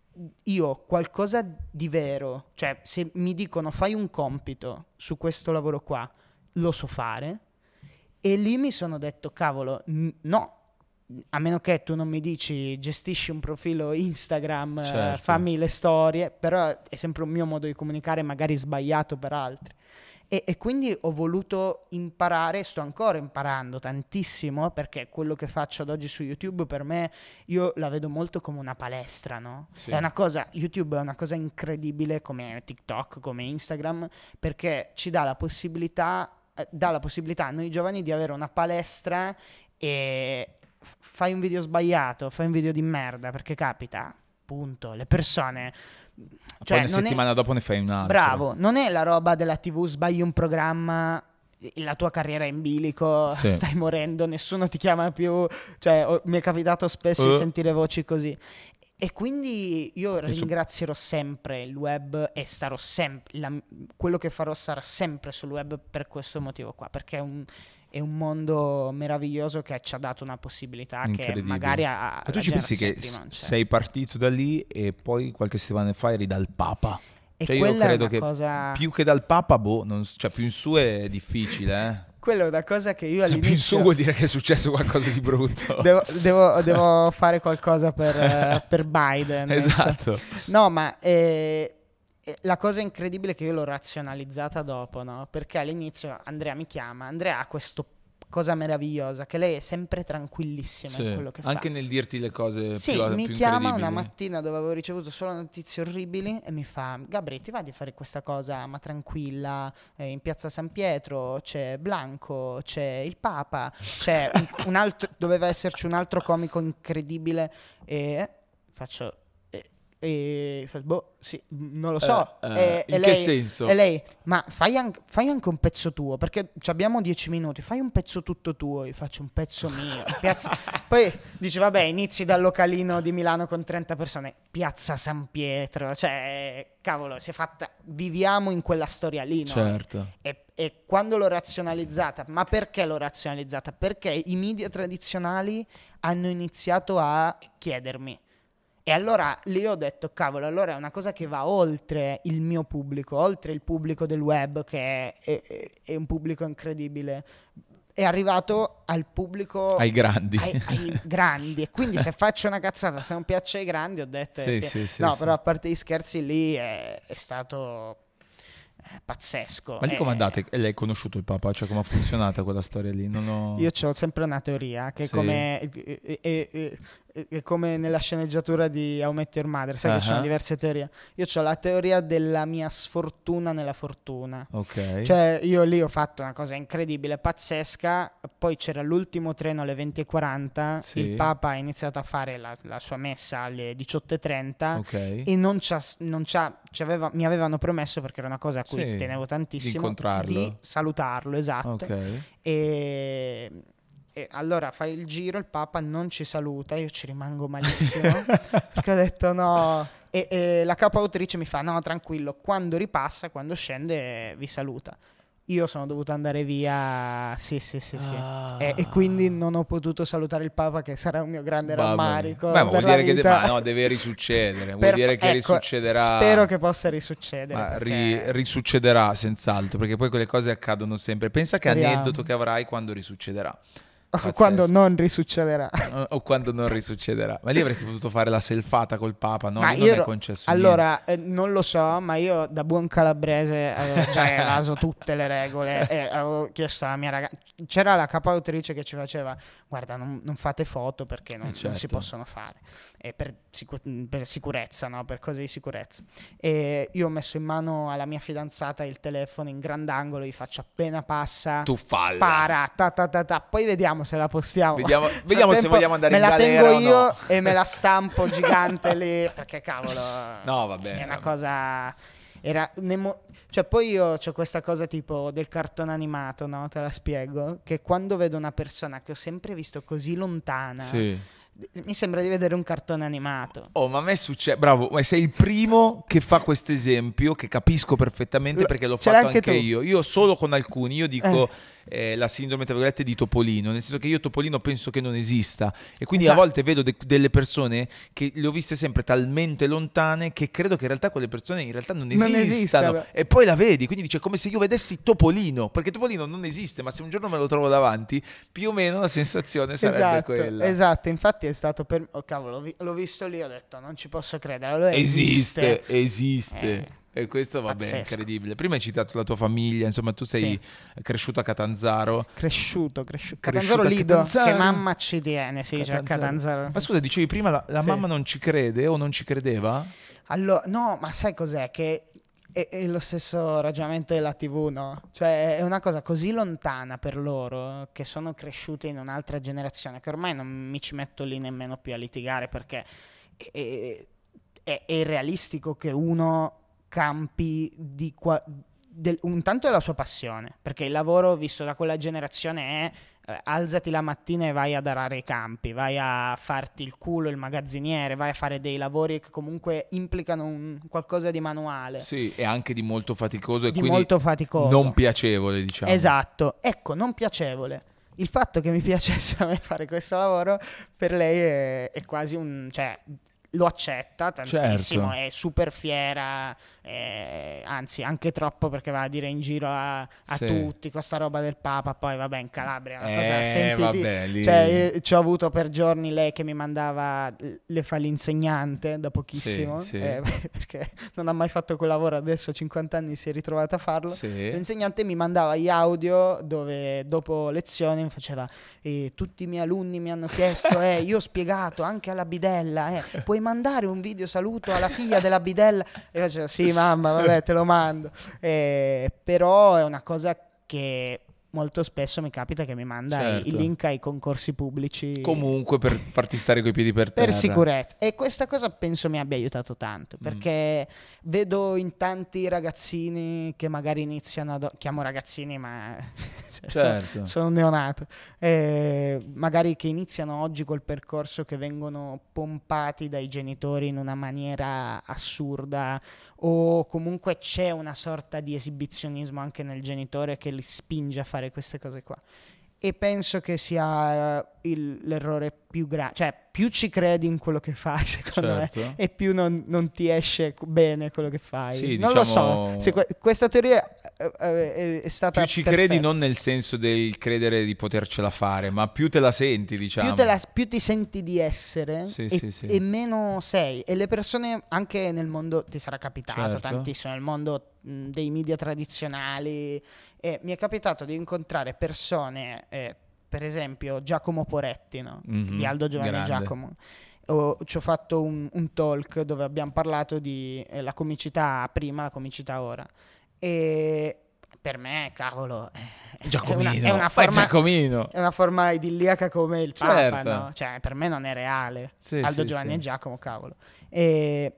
io qualcosa di vero, cioè se mi dicono fai un compito su questo lavoro qua, lo so fare? E lì mi sono detto, cavolo, no, a meno che tu non mi dici gestisci un profilo Instagram, fammi le storie, però è sempre un mio modo di comunicare, magari sbagliato per altri. E quindi ho voluto imparare, sto ancora imparando tantissimo, perché quello che faccio ad oggi su YouTube per me, io la vedo molto come una palestra, no? È una cosa, YouTube è una cosa incredibile come TikTok, come Instagram, perché ci dà la possibilità a noi giovani di avere una palestra e fai un video sbagliato, fai un video di merda, perché capita, punto, le persone... Cioè, poi una settimana dopo ne fai un altro. Bravo, non è la roba della TV, sbagli un programma, la tua carriera è in bilico, stai morendo, nessuno ti chiama più, cioè mi è capitato spesso di sentire voci così. E quindi io ringrazierò sempre il web e starò sempre, quello che farò sarà sempre sul web per questo motivo qua, perché è un mondo meraviglioso che ci ha dato una possibilità che magari ma tu ci pensi che sei partito da lì e poi qualche settimana fa eri dal Papa? E cioè io credo che più che dal Papa, cioè più in su è difficile, Quello è una cosa che io all'inizio... più in su vuol dire che è successo qualcosa di brutto. devo fare qualcosa per Biden. Esatto. No, ma... la cosa incredibile è che io l'ho razionalizzata dopo, no? Perché all'inizio Andrea mi chiama, Andrea ha questo cosa meravigliosa, che lei è sempre tranquillissima in quello che fa. Anche nel dirti le cose mi chiama una mattina dove avevo ricevuto solo notizie orribili e mi fa: Gabri, ti va di fare questa cosa ma tranquilla, in piazza San Pietro c'è Blanco, c'è il Papa, c'è un altro, doveva esserci un altro comico incredibile, e faccio... sì, non lo so. In che senso? E lei, ma fai anche un pezzo tuo, perché abbiamo 10 minuti, fai un pezzo tutto tuo. Io faccio un pezzo mio. Poi dice, vabbè, inizi dal localino di Milano con 30 persone, piazza San Pietro, cioè, cavolo, si è fatta, viviamo in quella storia lì, no? Certo. E quando l'ho razionalizzata, ma perché l'ho razionalizzata? Perché i media tradizionali hanno iniziato a chiedermi. E allora lì ho detto, cavolo, allora è una cosa che va oltre il mio pubblico, oltre il pubblico del web, che è un pubblico incredibile. è arrivato al pubblico, ai grandi. Ai grandi, e quindi se faccio una cazzata, se non piace ai grandi, ho detto no, però a parte gli scherzi lì è stato pazzesco. Ma lì come andate? Lei hai conosciuto il Papa? Cioè come ha funzionata quella storia lì? Io ho sempre una teoria che è come nella sceneggiatura di How I Met Your Mother, sai che ci sono diverse teorie. Io ho la teoria della mia sfortuna nella fortuna. Ok. Cioè io lì ho fatto una cosa incredibile, pazzesca, poi c'era l'ultimo treno alle 20:40, il Papa ha iniziato a fare la sua messa alle 18:30 e mi avevano promesso, perché era una cosa a cui tenevo tantissimo, di incontrarlo, di salutarlo, esatto. E allora fa il giro, il Papa non ci saluta, io ci rimango malissimo perché ho detto no, e la capo autrice mi fa no, tranquillo, quando ripassa, quando scende vi saluta. Io sono dovuto andare via, sì. E quindi non ho potuto salutare il Papa, che sarà un mio grande rammarico. Beh, vuol dire che deve risuccedere, vuol dire che risuccederà. Spero che possa risuccedere. Ma risuccederà senz'altro, perché poi quelle cose accadono sempre. Pensa che aneddoto che avrai quando risuccederà. O quando non risuccederà. O quando non risuccederà. Ma lì avresti potuto fare la selfata col Papa, no? Ma non è concesso niente. Non lo so, ma io da buon calabrese avevo già evaso tutte le regole e avevo chiesto alla mia ragazza. C'era la capo autrice che ci faceva: guarda, non fate foto perché non si possono fare, e per sicurezza, no? Per cose di sicurezza. E io ho messo in mano alla mia fidanzata il telefono in grandangolo, gli faccio appena passa, tu falla, spara, poi vediamo se la postiamo. Vediamo se vogliamo andare in galera. Me la tengo io e me la stampo gigante lì, perché cavolo, no, vabbè, è una cosa. Cioè, poi io c'ho questa cosa tipo del cartone animato, no? Te la spiego. Che quando vedo una persona che ho sempre visto così lontana, mi sembra di vedere un cartone animato. Ma a me succede, bravo, ma sei il primo che fa questo esempio, che capisco perfettamente perché l'ho fatto anche io. Io solo con alcuni, io dico la sindrome tra virgolette di Topolino, nel senso che io Topolino penso che non esista, e quindi a volte vedo delle persone che le ho viste sempre talmente lontane che credo che in realtà quelle persone in realtà non esistano, e poi la vedi, quindi dice come se io vedessi Topolino, perché Topolino non esiste, ma se un giorno me lo trovo davanti più o meno la sensazione sarebbe quella. Esatto, infatti è stato cavolo, l'ho visto lì, ho detto non ci posso credere, allora esiste. E questo va bene, incredibile. Prima hai citato la tua famiglia, insomma tu sei cresciuto a Catanzaro. Cresciuto Catanzaro Lido, che mamma ci tiene, a Catanzaro. Ma scusa, dicevi prima la mamma non ci crede o non ci credeva? Allora, no, ma sai cos'è? Che è lo stesso ragionamento della TV, no? Cioè è una cosa così lontana per loro, che sono cresciute in un'altra generazione, che ormai non mi ci metto lì nemmeno più a litigare, perché è irrealistico che uno campi intanto è la sua passione, perché il lavoro visto da quella generazione è alzati la mattina e vai ad arare i campi, vai a farti il culo, il magazziniere, vai a fare dei lavori che comunque implicano qualcosa di manuale. Sì, e anche di molto faticoso, e quindi molto faticoso, non piacevole, diciamo. Esatto, ecco, non piacevole. Il fatto che mi piacesse a me fare questo lavoro per lei è quasi lo accetta tantissimo, è super fiera, anzi anche troppo, perché va a dire in giro a tutti con sta roba del Papa. Poi vabbè, in Calabria una cosa lì. Cioè ci ho avuto per giorni lei che mi mandava, le fa l'insegnante da pochissimo, perché non ha mai fatto quel lavoro, adesso a 50 anni si è ritrovata a farlo. L'insegnante mi mandava gli audio dove dopo lezioni mi faceva tutti i miei alunni mi hanno chiesto io ho spiegato anche alla bidella, puoi mandare un video saluto alla figlia della bidella, e faceva sì mamma, vabbè, te lo mando. Però è una cosa che molto spesso mi capita, che mi manda i link ai concorsi pubblici, comunque per farti stare coi piedi per terra, per sicurezza, e questa cosa penso mi abbia aiutato tanto, perché vedo in tanti ragazzini che magari iniziano chiamo ragazzini ma sono un neonato, magari che iniziano oggi col percorso, che vengono pompati dai genitori in una maniera assurda, o comunque c'è una sorta di esibizionismo anche nel genitore che li spinge a fare queste cose qua, e penso che sia l'errore cioè più ci credi in quello che fai, secondo me, e più non ti esce bene quello che fai. Sì, non lo so, se questa teoria è stata più ci credi, non nel senso del credere di potercela fare, ma più te la senti, diciamo. Più ti senti di essere, e meno sei. E le persone, anche nel mondo, ti sarà capitato tantissimo, nel mondo dei media tradizionali, mi è capitato di incontrare persone, per esempio Giacomo Poretti, no? Di Aldo Giovanni e Giacomo. Ci ho fatto un talk dove abbiamo parlato di la comicità prima, la comicità ora. E per me, cavolo, è una forma idilliaca come il Papa, no? Cioè, per me non è reale. Aldo Giovanni e Giacomo, cavolo. E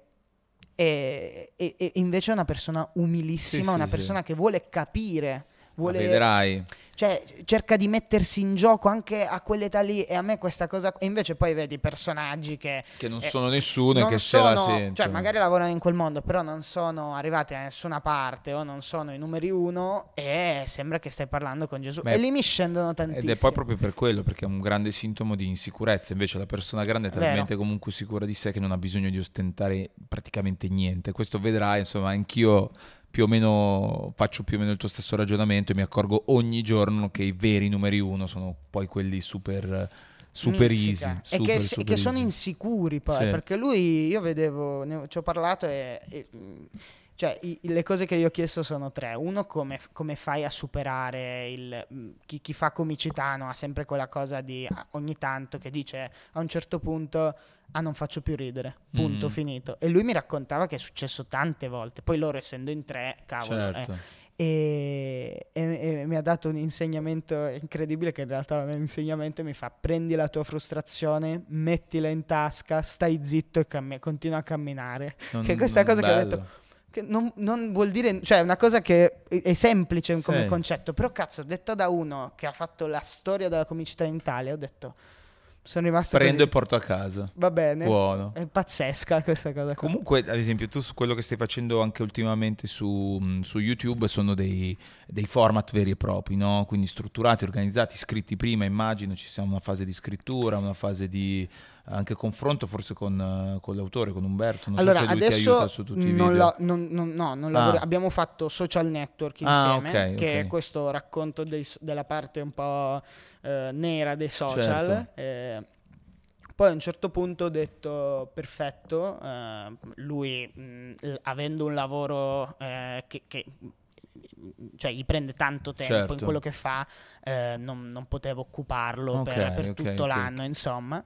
invece è una persona umilissima, una persona che vuole capire, vedrai. Cioè, cerca di mettersi in gioco anche a quell'età lì, e a me questa cosa. E invece poi vedi personaggi che non sono nessuno e che se la sentono. Cioè, magari lavorano in quel mondo, però non sono arrivati a nessuna parte o non sono i numeri uno, e sembra che stai parlando con Gesù. E lì mi scendono tantissimo. Ed è poi proprio per quello, perché è un grande sintomo di insicurezza. Invece la persona grande è talmente comunque sicura di sé che non ha bisogno di ostentare praticamente niente. Questo vedrai, insomma, anch'io più o meno faccio più o meno il tuo stesso ragionamento, e mi accorgo ogni giorno che i veri numeri uno sono poi quelli super easy, e che sono insicuri poi, perché lui, io vedevo, ci ho parlato, cioè le cose che gli ho chiesto sono tre. Uno, come fai a superare chi fa comicità, no? Ha sempre quella cosa di ogni tanto che dice a un certo punto: non faccio più ridere, punto, finito. E lui mi raccontava che è successo tante volte. Poi loro, essendo in tre, cavolo, e mi ha dato un insegnamento incredibile, che in realtà è un insegnamento. Mi fa: prendi la tua frustrazione, mettila in tasca, stai zitto e continua a camminare. Che è questa cosa bello. Che ho detto, che non vuol dire, cioè è una cosa che è semplice come concetto, però cazzo, detta da uno che ha fatto la storia della comicità in Italia, ho detto, sono rimasto prendo così. E porto a casa. Va bene. Buono. È pazzesca questa cosa. Comunque, ad esempio, tu su quello che stai facendo anche ultimamente su YouTube sono dei format veri e propri, no? Quindi strutturati, organizzati, scritti prima, immagino ci sia una fase di scrittura, una fase di anche confronto forse con l'autore, con Umberto. Non so se lui ti aiuta su tutti i video. Non abbiamo fatto Social Network insieme, che è questo racconto della parte un po' nera dei social. Poi a un certo punto ho detto perfetto, lui avendo un lavoro che cioè gli prende tanto tempo in quello che fa, non potevo occuparlo per tutto l'anno, insomma,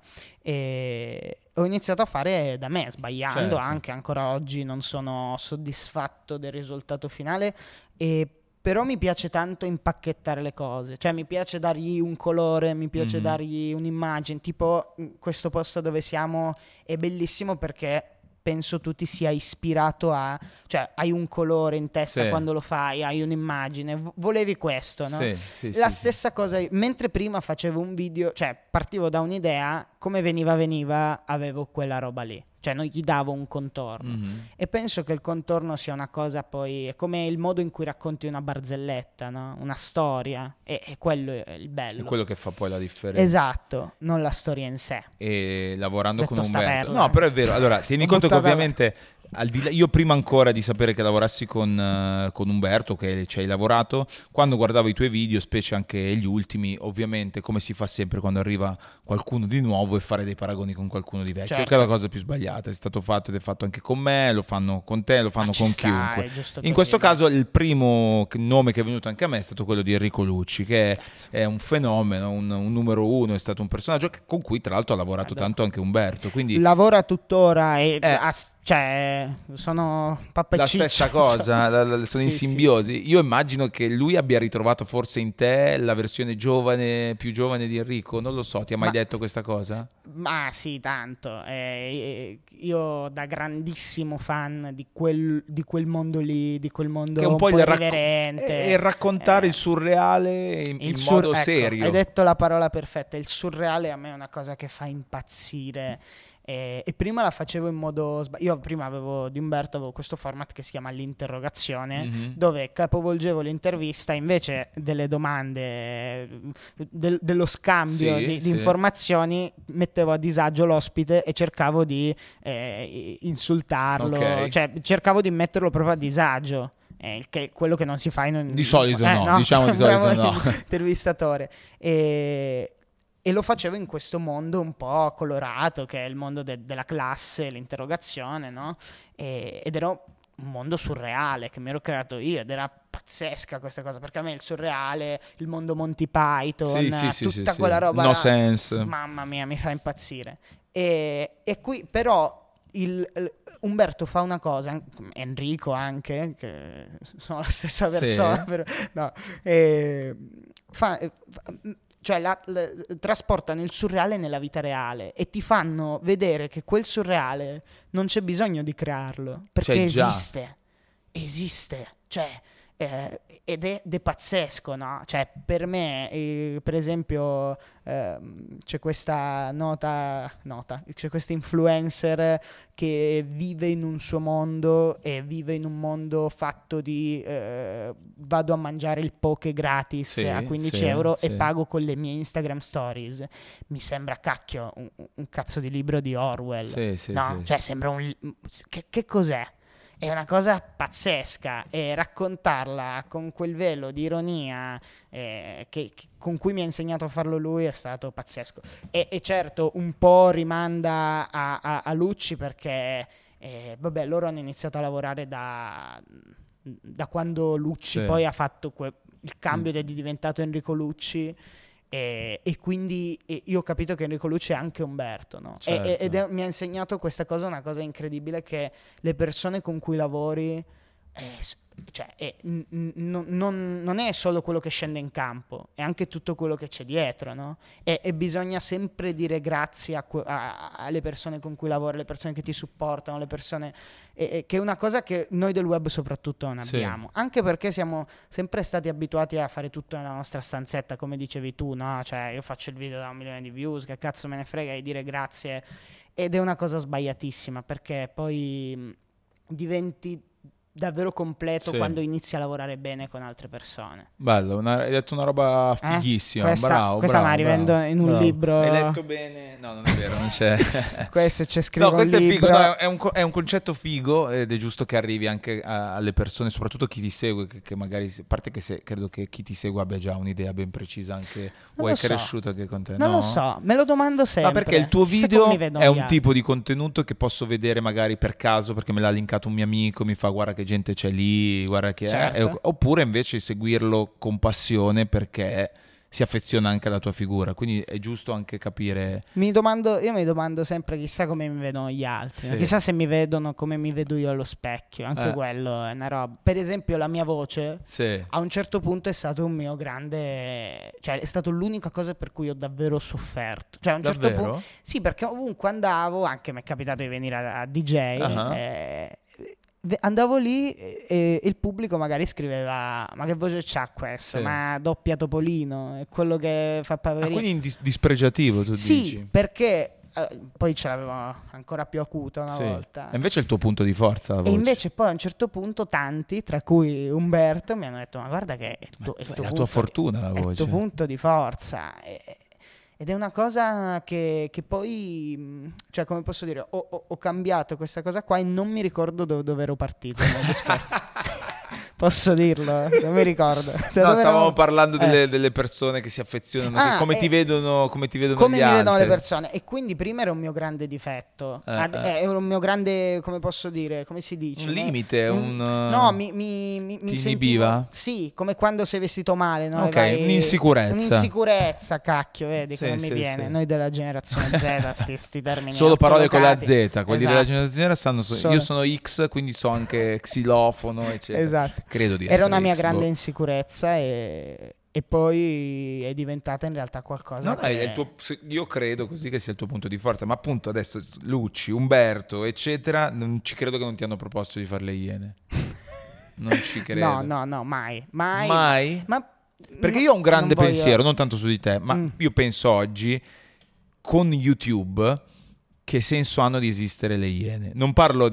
e ho iniziato a fare da me, sbagliando, anche ancora oggi non sono soddisfatto del risultato finale, però mi piace tanto impacchettare le cose, cioè mi piace dargli un colore, mi piace dargli un'immagine. Tipo questo posto dove siamo è bellissimo perché penso tu ti sia ispirato cioè hai un colore in testa quando lo fai, hai un'immagine, volevi questo, no? La stessa cosa, mentre prima facevo un video, cioè partivo da un'idea, come veniva avevo quella roba lì. Cioè non gli davo un contorno, e penso che il contorno sia una cosa, poi è come il modo in cui racconti una barzelletta, no? Una storia, e quello è il bello. È quello che fa poi la differenza. Esatto, non la storia in sé. E lavorando Detto con Umberto. perla, no, però è vero. Allora, tieni conto che ovviamente al di là, io prima ancora di sapere che lavorassi con Umberto, che ci hai lavorato, quando guardavo i tuoi video, specie anche gli ultimi, ovviamente come si fa sempre quando arriva qualcuno di nuovo, e fare dei paragoni con qualcuno di vecchio, che è la cosa più sbagliata. È stato fatto ed è fatto anche con me, lo fanno con te, lo fanno con chiunque. In questo caso il primo nome che è venuto anche a me è stato quello di Enrico Lucci, che è un fenomeno, un numero uno, è stato un personaggio con cui tra l'altro ha lavorato tanto anche Umberto, quindi lavora tuttora e cioè sono pappa e ciccia, la stessa cosa, sono in simbiosi. Io immagino che lui abbia ritrovato forse in te la versione più giovane di Enrico, non lo so, ti ha mai detto questa cosa? Ma sì, tanto. Io da grandissimo fan di quel mondo lì, di quel mondo che è un po' irriverente. E raccontare il surreale in modo serio. Hai detto la parola perfetta, il surreale a me è una cosa che fa impazzire. E prima la facevo in modo io prima di Umberto avevo questo format che si chiama l'interrogazione, dove capovolgevo l'intervista, invece delle domande, dello scambio di informazioni, mettevo a disagio l'ospite e cercavo di insultarlo, cioè cercavo di metterlo proprio a disagio. Che quello che non si fa di solito no, diciamo di solito no. Intervistatore. E lo facevo in questo mondo un po' colorato, che è il mondo della classe, l'interrogazione, no? Ed era un mondo surreale che mi ero creato io, ed era pazzesca questa cosa, perché a me il surreale, il mondo Monty Python, tutta quella roba No Sense, mamma mia, mi fa impazzire. E qui però Umberto fa una cosa, Enrico anche, che sono la stessa persona, però, no, cioè trasportano il surreale nella vita reale e ti fanno vedere che quel surreale non c'è bisogno di crearlo, perché esiste, cioè, ed è pazzesco, no? Cioè, per me, per esempio, c'è questa c'è questa influencer che vive in un suo mondo e vive in un mondo fatto di vado a mangiare il poke gratis a 15 euro e pago con le mie Instagram stories. Mi sembra cacchio un cazzo di libro di Orwell, no? Cioè sembra che cos'è? È una cosa pazzesca, e raccontarla con quel velo di ironia con cui mi ha insegnato a farlo lui è stato pazzesco. E certo un po' rimanda a Lucci, perché vabbè, loro hanno iniziato a lavorare da quando Lucci poi ha fatto il cambio ed è diventato Enrico Lucci. E quindi io ho capito che Enrico Lucci è anche Umberto, no? Certo. Ed mi ha insegnato questa cosa, una cosa incredibile, che le persone con cui lavori cioè, non è solo quello che scende in campo, è anche tutto quello che c'è dietro, no? E bisogna sempre dire grazie alle persone con cui lavori, alle persone che ti supportano, le persone che è una cosa che noi del web soprattutto non abbiamo, anche perché siamo sempre stati abituati a fare tutto nella nostra stanzetta, come dicevi tu, no? Cioè, io faccio il video da 1 milione di views, che cazzo me ne frega di dire grazie, ed è una cosa sbagliatissima, perché poi diventi davvero completo quando inizi a lavorare bene con altre persone. Bello, hai detto una roba fighissima. Questa me la rivendo in un libro. Hai letto bene? No, non è vero, non c'è. Questo c'è scritto. No, questo è figo, no, è un concetto figo, ed è giusto che arrivi anche alle persone, soprattutto chi ti segue, che magari, a parte che credo che chi ti segue abbia già un'idea ben precisa anche, o è cresciuto che con te. Non lo so, me lo domando sempre. Ma perché il tuo video è un tipo di contenuto che posso vedere magari per caso, perché me l'ha linkato un mio amico, mi fa guarda che gente c'è lì, guarda che è, oppure invece seguirlo con passione perché si affeziona anche alla tua figura, quindi è giusto anche capire. Io mi domando sempre, chissà come mi vedono gli altri, chissà se mi vedono come mi vedo io allo specchio, anche quello è una roba. Per esempio la mia voce a un certo punto è stato un mio grande, cioè è stato l'unica cosa per cui ho davvero sofferto, cioè a un certo punto perché ovunque andavo, anche mi è capitato di venire a DJ, andavo lì e il pubblico magari scriveva: ma che voce c'ha questo? Ma doppia Topolino, è quello che fa Paverini. Quindi dispregiativo, tu dici? Sì, perché poi ce l'avevo ancora più acuta una volta. E invece è il tuo punto di forza, la voce. E invece poi a un certo punto tanti, tra cui Umberto, mi hanno detto: ma guarda che è la tua fortuna, la voce. È il tuo punto di forza. Ed è una cosa che poi, cioè, come posso dire, ho cambiato questa cosa qua e non mi ricordo dove ero partito nel discorso. Posso dirlo? Non mi ricordo. Stavamo parlando delle persone che si affezionano, come ti vedono come gli altri. Come mi vedono le persone. E quindi prima era un mio grande difetto. Era un mio grande, come posso dire, come si dice? Un limite? No, mi ti inibiva? Sì, come quando sei vestito male, no? Un'insicurezza, cacchio, vedi come mi viene. Noi della generazione Z, sti termini. Solo parole con la Z, quelli della generazione Z sanno. Io sono X, quindi so anche xilofono, eccetera. Esatto. Credo di essere era una mia grande insicurezza e poi è diventata in realtà qualcosa io credo così che sia il tuo punto di forza, ma appunto adesso Lucci, Umberto eccetera, non ci credo che non ti hanno proposto di fare le Iene. Non ci credo. No, mai. Ma perché io ho un grande pensiero, non tanto su di te, ma io penso oggi con YouTube che senso hanno di esistere le Iene. Non parlo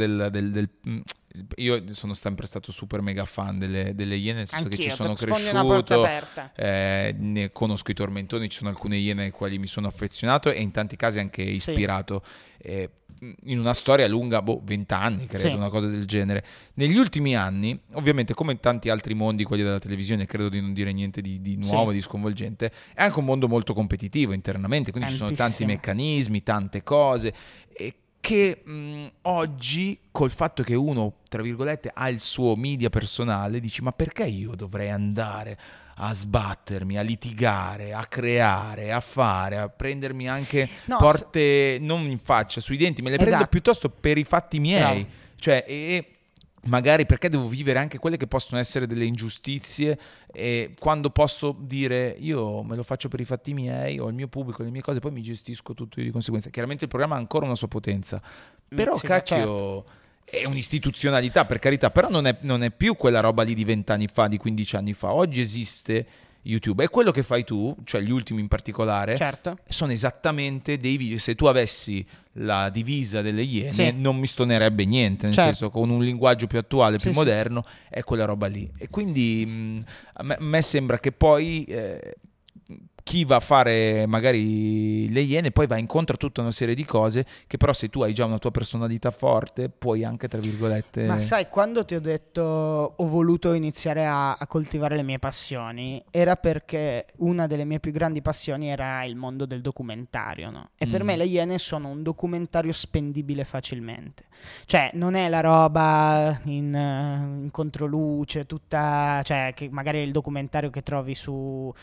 io sono sempre stato super mega fan delle Iene, nel senso che ci sono cresciuto, ne conosco i tormentoni, ci sono alcune Iene ai quali mi sono affezionato e in tanti casi anche ispirato, in una storia lunga, 20 anni credo, una cosa del genere. Negli ultimi anni, ovviamente come in tanti altri mondi, quelli della televisione, credo di non dire niente di nuovo, di sconvolgente, è anche un mondo molto competitivo internamente, quindi ci sono tanti meccanismi, tante cose, e che oggi, col fatto che uno, tra virgolette, ha il suo media personale, dici: ma perché io dovrei andare a sbattermi, a litigare, a creare, a fare, a prendermi anche porte non in faccia, sui denti, me le prendo piuttosto per i fatti miei. Cioè, e magari perché devo vivere anche quelle che possono essere delle ingiustizie, e quando posso dire io me lo faccio per i fatti miei, ho il mio pubblico, le mie cose, poi mi gestisco tutto io di conseguenza. Chiaramente il programma ha ancora una sua potenza, però cacchio, è un'istituzionalità, per carità, però non è più quella roba lì di 20 anni fa, di 15 anni fa. Oggi esiste YouTube, e quello che fai tu, cioè gli ultimi in particolare, sono esattamente dei video. Se tu avessi la divisa delle Iene, non mi stonerebbe niente, nel senso, con un linguaggio più attuale, più moderno, è quella roba lì. E quindi a me sembra che poi chi va a fare magari le Iene poi va incontro a tutta una serie di cose che però, se tu hai già una tua personalità forte, puoi anche, tra virgolette... Ma sai, quando ti ho detto ho voluto iniziare a coltivare le mie passioni, era perché una delle mie più grandi passioni era il mondo del documentario, no? E per me le Iene sono un documentario spendibile facilmente. Cioè, non è la roba in controluce, tutta... Cioè, che magari è il documentario che trovi su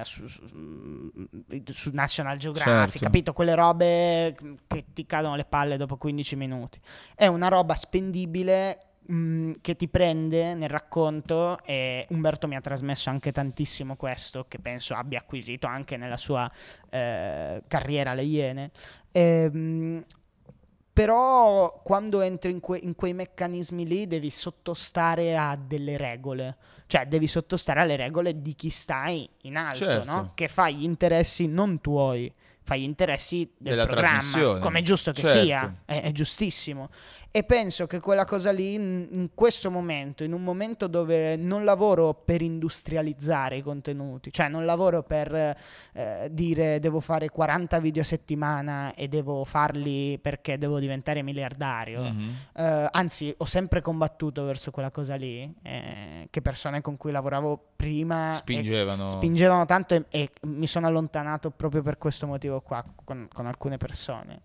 National Geographic, capito? Quelle robe che ti cadono le palle dopo 15 minuti. È una roba spendibile che ti prende nel racconto, e Umberto mi ha trasmesso anche tantissimo questo, che penso abbia acquisito anche nella sua carriera alle Iene. Però quando entri in quei meccanismi lì devi sottostare a delle regole, cioè devi sottostare alle regole di chi stai in alto, no? Che fa gli interessi non tuoi, fai gli interessi della programma, come è giusto che sia, è giustissimo. E penso che quella cosa lì, in questo momento, in un momento dove non lavoro per industrializzare i contenuti, cioè non lavoro per dire devo fare 40 video a settimana e devo farli perché devo diventare miliardario, anzi ho sempre combattuto verso quella cosa lì, che persone con cui lavoravo prima spingevano tanto, e mi sono allontanato proprio per questo motivo qua con alcune persone.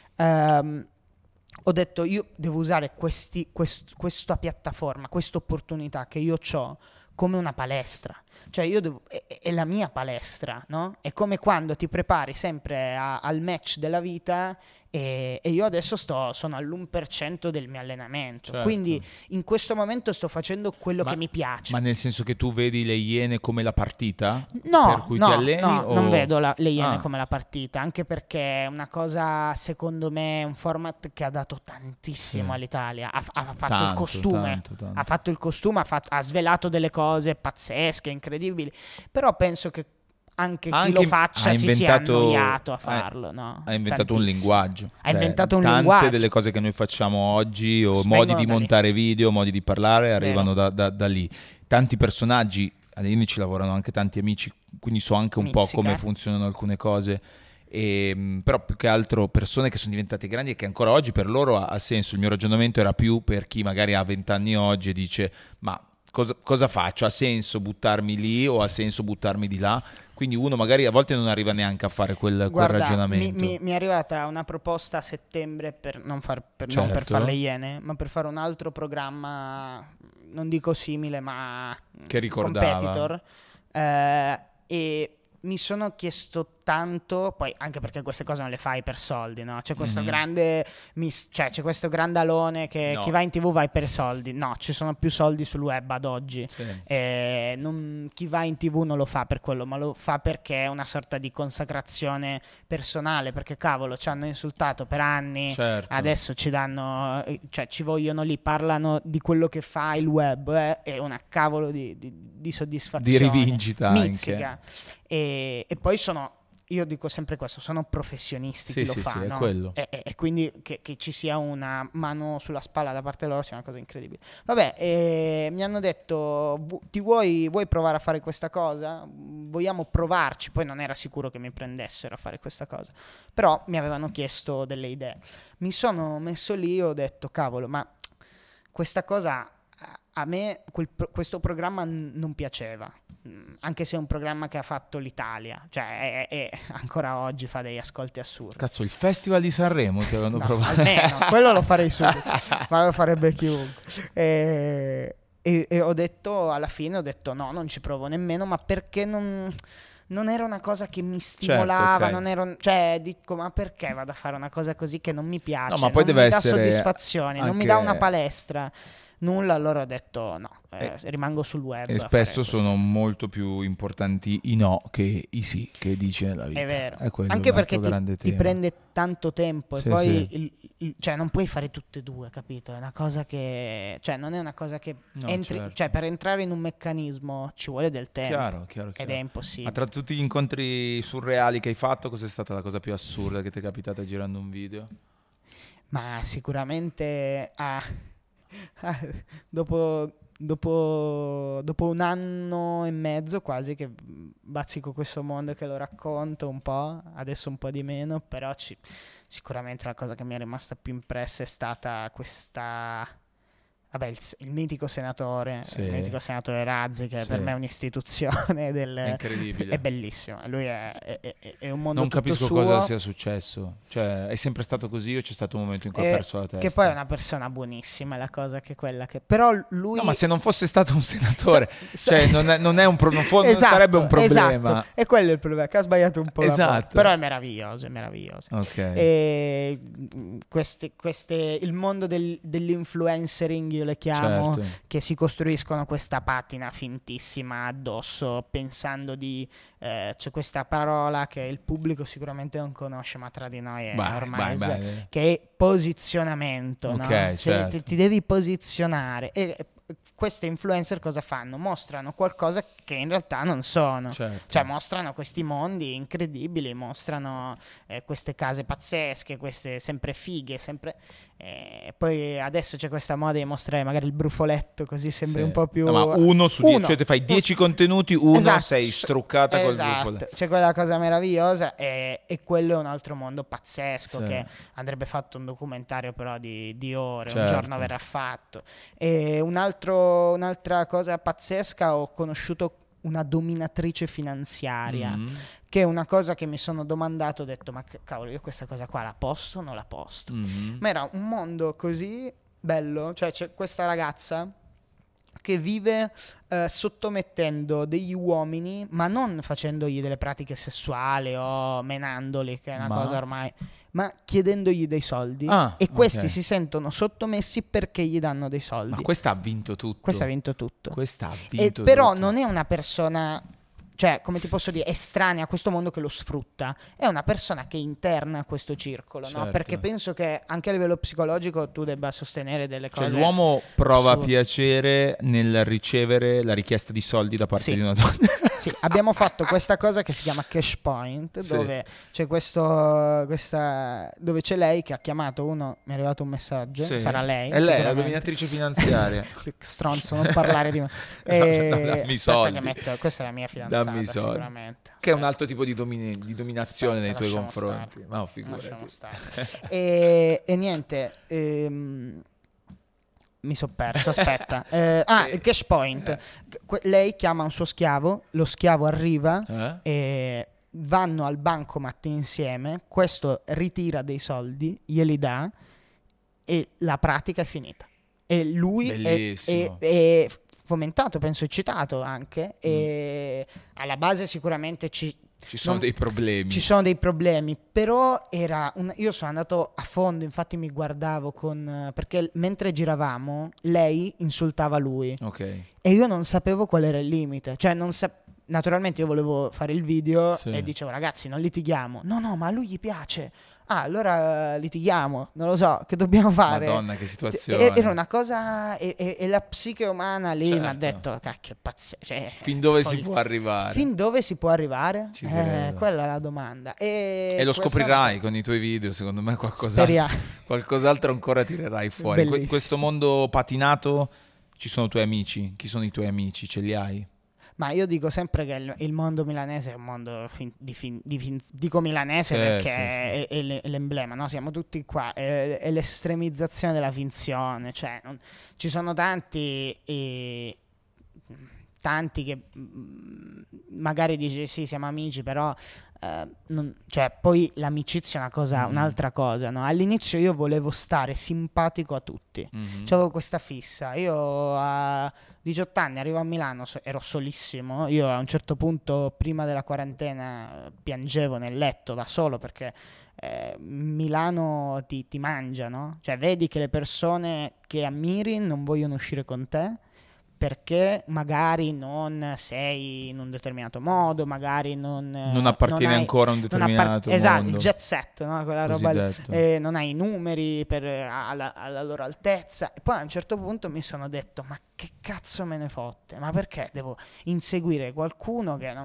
Ho detto, io devo usare questa piattaforma, questa opportunità che io ho come una palestra. Cioè è la mia palestra, no? È come quando ti prepari sempre al match della vita, e io adesso sono all'1% del mio allenamento. Quindi in questo momento sto facendo quello che mi piace. Ma nel senso che tu vedi le Iene come la partita? No, per cui ti alleni, non vedo le Iene come la partita, anche perché è una cosa, secondo me, un format che ha dato tantissimo all'Italia. Ha fatto il costume, tanto. Ha fatto il costume, ha svelato delle cose pazzesche, incredibili. Però penso che anche chi lo faccia si sia annoiato a farlo, no? Ha inventato un linguaggio. Tante delle cose che noi facciamo oggi, o modi di montare video, modi di parlare, arrivano da lì. Tanti personaggi, all'inizio ci lavorano anche tanti amici, quindi so anche un po' come funzionano alcune cose. Però più che altro persone che sono diventate grandi e che ancora oggi per loro ha senso. Il mio ragionamento era più per chi magari ha 20 anni oggi e dice: ma cosa faccio? Ha senso buttarmi lì o ha senso buttarmi di là? Quindi uno magari a volte non arriva neanche a fare quel ragionamento. Mi è arrivata una proposta a settembre per non per fare le Iene, ma per fare un altro programma, non dico simile, ma che ricordava competitor, e mi sono chiesto tanto, poi anche perché queste cose non le fai per soldi, no? C'è questo grande c'è questo grande alone che chi va in TV vai per i soldi. No, ci sono più soldi sul web ad oggi. Chi va in TV non lo fa per quello, ma lo fa perché è una sorta di consacrazione personale, perché cavolo, ci hanno insultato per anni, adesso ci danno, cioè ci vogliono lì, parlano di quello che fa il web, è una cavolo di soddisfazione, di rivincita mizzica. anche. E poi sono io dico sempre questo, sono professionisti chi lo fa, sì, no? È quello. E quindi che ci sia una mano sulla spalla da parte loro sia una cosa incredibile. Vabbè, mi hanno detto, ti vuoi provare a fare questa cosa? Vogliamo provarci. Poi non era sicuro che mi prendessero a fare questa cosa, però mi avevano chiesto delle idee. Mi sono messo lì e ho detto, cavolo, ma questa cosa a me, questo programma non piaceva. Anche se è un programma che ha fatto l'Italia, cioè ancora oggi fa degli ascolti assurdi. Cazzo, il Festival di Sanremo ti avevano provato. Almeno, quello lo farei subito, ma lo farebbe chiunque. E ho detto, alla fine ho detto no, non ci provo nemmeno, ma perché non era una cosa che mi stimolava, certo, okay. Cioè dico, ma perché vado a fare una cosa così che non mi piace, no, ma poi non deve mi dà essere soddisfazioni, anche... non mi dà una palestra, nulla. Allora ho detto no, rimango sul web. E spesso sono molto più importanti i no che i sì che dici nella vita. È vero, è anche perché ti tema. prende tanto tempo, sì, e poi sì. cioè non puoi fare tutte e due, capito? È una cosa che, cioè non è una cosa che entri, certo. cioè per entrare in un meccanismo ci vuole del tempo. Chiaro. Ed è impossibile. Ma tra tutti gli incontri surreali che hai fatto, cos'è stata la cosa più assurda che ti è capitata girando un video? Ma sicuramente dopo un anno e mezzo quasi che bazzico questo mondo, che lo racconto un po', adesso un po' di meno, però sicuramente la cosa che mi è rimasta più impressa è stata questa... Vabbè, il mitico senatore, il mitico senatore Razzi, che per me è un'istituzione è incredibile. È bellissimo. Lui è un mondo non tutto capisco suo. cosa sia successo. Cioè, è sempre stato così o c'è stato un momento in cui ha perso la testa? Che poi è una persona buonissima, la cosa che è quella che... Però lui... No, ma se non fosse stato un senatore, cioè non esatto, non sarebbe un problema. Esatto. E quello è il problema, che ha sbagliato un po'. Esatto. Però è meraviglioso. Ok. E il mondo dell'influencering, io le chiamo, certo. che si costruiscono questa patina fintissima addosso, pensando di... c'è questa parola che il pubblico sicuramente non conosce, ma tra di noi è ormai che è posizionamento, okay, no? certo. Cioè, ti devi posizionare, e queste influencer cosa fanno? Mostrano qualcosa che in realtà non sono, certo. Cioè mostrano questi mondi incredibili, mostrano queste case pazzesche, queste sempre fighe, sempre... poi adesso c'è questa moda di mostrare magari il brufoletto, così sembri un po' più... No, ma uno su 10, cioè ti fai 10 contenuti, uno sei struccata col brufoletto. C'è quella cosa meravigliosa, e quello è un altro mondo pazzesco, che andrebbe fatto un documentario però di ore, un giorno verrà fatto. E un'altra cosa pazzesca, ho conosciuto una dominatrice finanziaria, che è una cosa che mi sono domandato, ho detto, ma cavolo, io questa cosa qua la posto o non la posto? Ma era un mondo così bello, cioè c'è questa ragazza che vive sottomettendo degli uomini, ma non facendogli delle pratiche sessuali o menandoli, che è una cosa ormai, ma chiedendogli dei soldi, e questi si sentono sottomessi perché gli danno dei soldi. Ma questa ha vinto tutto. Però non è una persona, cioè, come ti posso dire, estranea a questo mondo che lo sfrutta. È una persona che è interna a questo circolo, no? Perché penso che anche a livello psicologico tu debba sostenere delle cose. Cioè l'uomo prova piacere nel ricevere la richiesta di soldi da parte di una donna. Sì, abbiamo fatto questa cosa che si chiama Cash Point, dove c'è dove c'è lei che ha chiamato uno, mi è arrivato un messaggio, sarà lei. È lei, la dominatrice finanziaria. Stronzo, non parlare di me. Dammi soldi. Questa è la mia fidanzata, sicuramente. Che è un altro tipo di dominazione nei tuoi confronti. Ma figurati. E niente, mi sono perso, aspetta. Il Cash Point. Lei chiama un suo schiavo, lo schiavo arriva e vanno al bancomat insieme, questo ritira dei soldi, glieli dà e la pratica è finita. E lui è fomentato, penso eccitato anche, e alla base sicuramente ci sono dei problemi, però io sono andato a fondo, infatti mi guardavo perché mentre giravamo lei insultava lui, e io non sapevo qual era il limite, cioè naturalmente io volevo fare il video e dicevo, ragazzi, non litighiamo, no, ma a lui gli piace, allora litighiamo, non lo so, che dobbiamo fare? Madonna, che situazione. Era una cosa, e la psiche umana lì Certo. mi ha detto, cacchio, è pazzesco. Cioè, fin dove si può arrivare? Fin dove si può arrivare? Ci credo. Quella è la domanda. E lo scoprirai con i tuoi video, secondo me qualcos'altro ancora tirerai fuori. In questo mondo patinato ci sono tuoi amici? Chi sono i tuoi amici? Ce li hai? Ma io dico sempre che il mondo milanese è un mondo dico milanese perché è l'emblema, no? Siamo tutti qua, è l'estremizzazione della finzione, cioè ci sono tanti che magari dici sì, siamo amici, però cioè, poi l'amicizia è una cosa, un'altra cosa, no? All'inizio io volevo stare simpatico a tutti, c'avevo questa fissa. Io a 18 anni arrivo a Milano, ero solissimo. Io a un certo punto, prima della quarantena, piangevo nel letto da solo perché Milano ti mangia, no? Cioè vedi che le persone che ammiri non vogliono uscire con te perché magari non sei in un determinato modo, magari non appartieni ancora a un determinato esatto, mondo. Il jet set, no? Quella roba lì, non hai i numeri alla loro altezza. E poi a un certo punto mi sono detto, ma che cazzo me ne fotte? Ma perché devo inseguire qualcuno che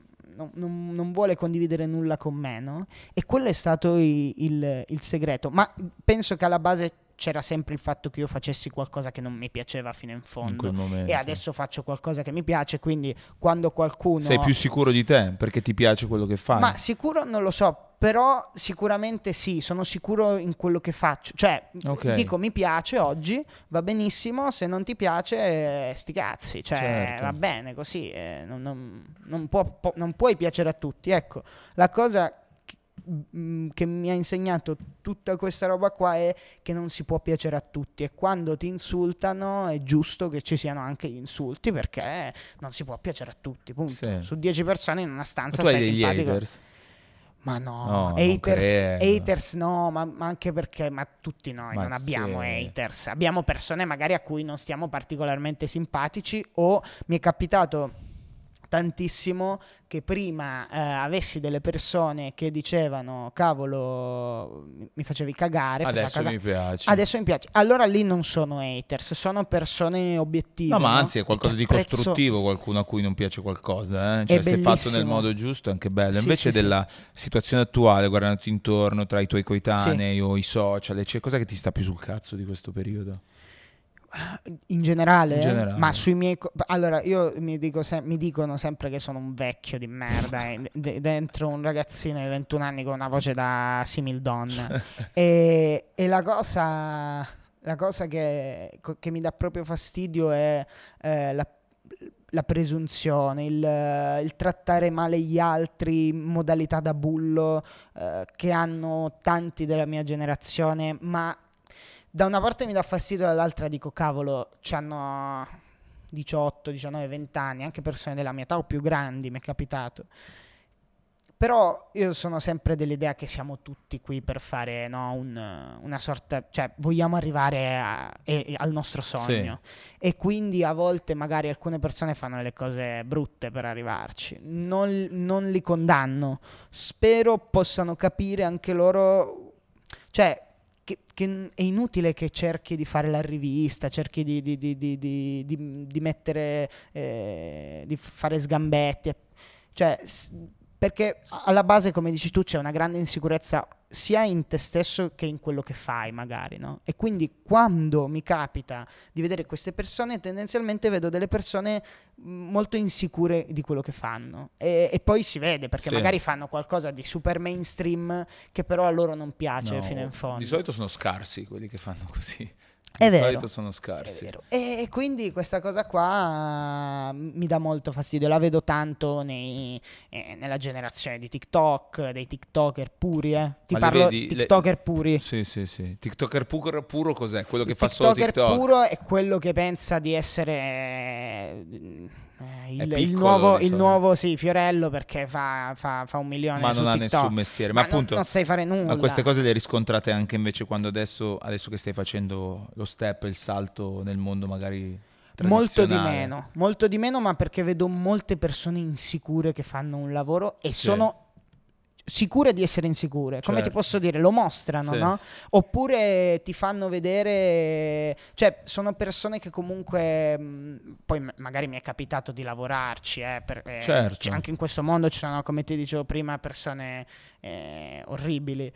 non vuole condividere nulla con me, no? E quello è stato il segreto. Ma penso che alla base c'era sempre il fatto che io facessi qualcosa che non mi piaceva fino in fondo, in quel momento. E adesso faccio qualcosa che mi piace, quindi quando qualcuno... Sei più sicuro di te perché ti piace quello che fai? Ma sicuro non lo so, però sicuramente sì, sono sicuro in quello che faccio, cioè dico mi piace oggi, va benissimo, se non ti piace sti cazzi, cioè certo. Va bene così, non puoi piacere a tutti, ecco, la cosa che mi ha insegnato tutta questa roba qua è che non si può piacere a tutti, e quando ti insultano è giusto che ci siano anche gli insulti, perché non si può piacere a tutti, punto. Sì. Su 10 persone in una stanza stai simpatico. Haters? Ma no, haters no, ma anche perché tutti noi non abbiamo haters, abbiamo persone magari a cui non stiamo particolarmente simpatici, o mi è capitato tantissimo che prima avessi delle persone che dicevano cavolo mi facevi cagare, adesso mi piace, allora lì non sono haters, sono persone obiettive, no, ma anzi è qualcosa di costruttivo, qualcuno a cui non piace qualcosa, cioè se fatto nel modo giusto è anche bello. Invece della situazione attuale, guardandoti intorno tra i tuoi coetanei o i social, cos'è che ti sta più sul cazzo di questo periodo? In generale? Ma sui miei allora io mi dicono sempre che sono un vecchio di merda dentro un ragazzino di 21 anni con una voce da simildonna e la cosa che mi dà proprio fastidio è la presunzione, il trattare male gli altri in modalità da bullo, che hanno tanti della mia generazione, ma da una parte mi dà fastidio, dall'altra dico cavolo, c'hanno 18, 19, 20 anni, anche persone della mia età o più grandi, mi è capitato. Però io sono sempre dell'idea che siamo tutti qui per fare una sorta, cioè vogliamo arrivare al nostro sogno, e quindi a volte magari alcune persone fanno delle cose brutte per arrivarci, non li condanno, spero possano capire anche loro, cioè che è inutile che cerchi di fare la rivista, cerchi di mettere, di fare sgambetti, cioè perché alla base, come dici tu, c'è una grande insicurezza sia in te stesso che in quello che fai magari, no? E quindi quando mi capita di vedere queste persone, tendenzialmente vedo delle persone molto insicure di quello che fanno, e poi si vede perché magari fanno qualcosa di super mainstream che però a loro non piace fino in fondo. Di solito sono scarsi quelli che fanno così. Di solito sono scarsi. È vero. E quindi questa cosa qua mi dà molto fastidio. La vedo tanto nella generazione di TikTok, dei TikToker puri. Ti parlo di TikToker puri. Sì. TikToker puro cos'è? Quello che fa solo TikTok? TikToker puro è quello che pensa di essere il nuovo Fiorello, perché fa 1 milione ma su non ha TikTok. nessun mestiere, ma appunto non sai fare nulla. Ma queste cose le riscontrate anche invece quando adesso che stai facendo lo step, il salto nel mondo magari tradizionale? Molto di meno, ma perché vedo molte persone insicure che fanno un lavoro e sono sicure di essere insicure, come Certo. ti posso dire, lo mostrano, Sì, no? sì. Oppure ti fanno vedere, cioè sono persone che comunque poi magari mi è capitato di lavorarci, Certo. cioè, anche in questo mondo ci sono, come ti dicevo prima, persone orribili,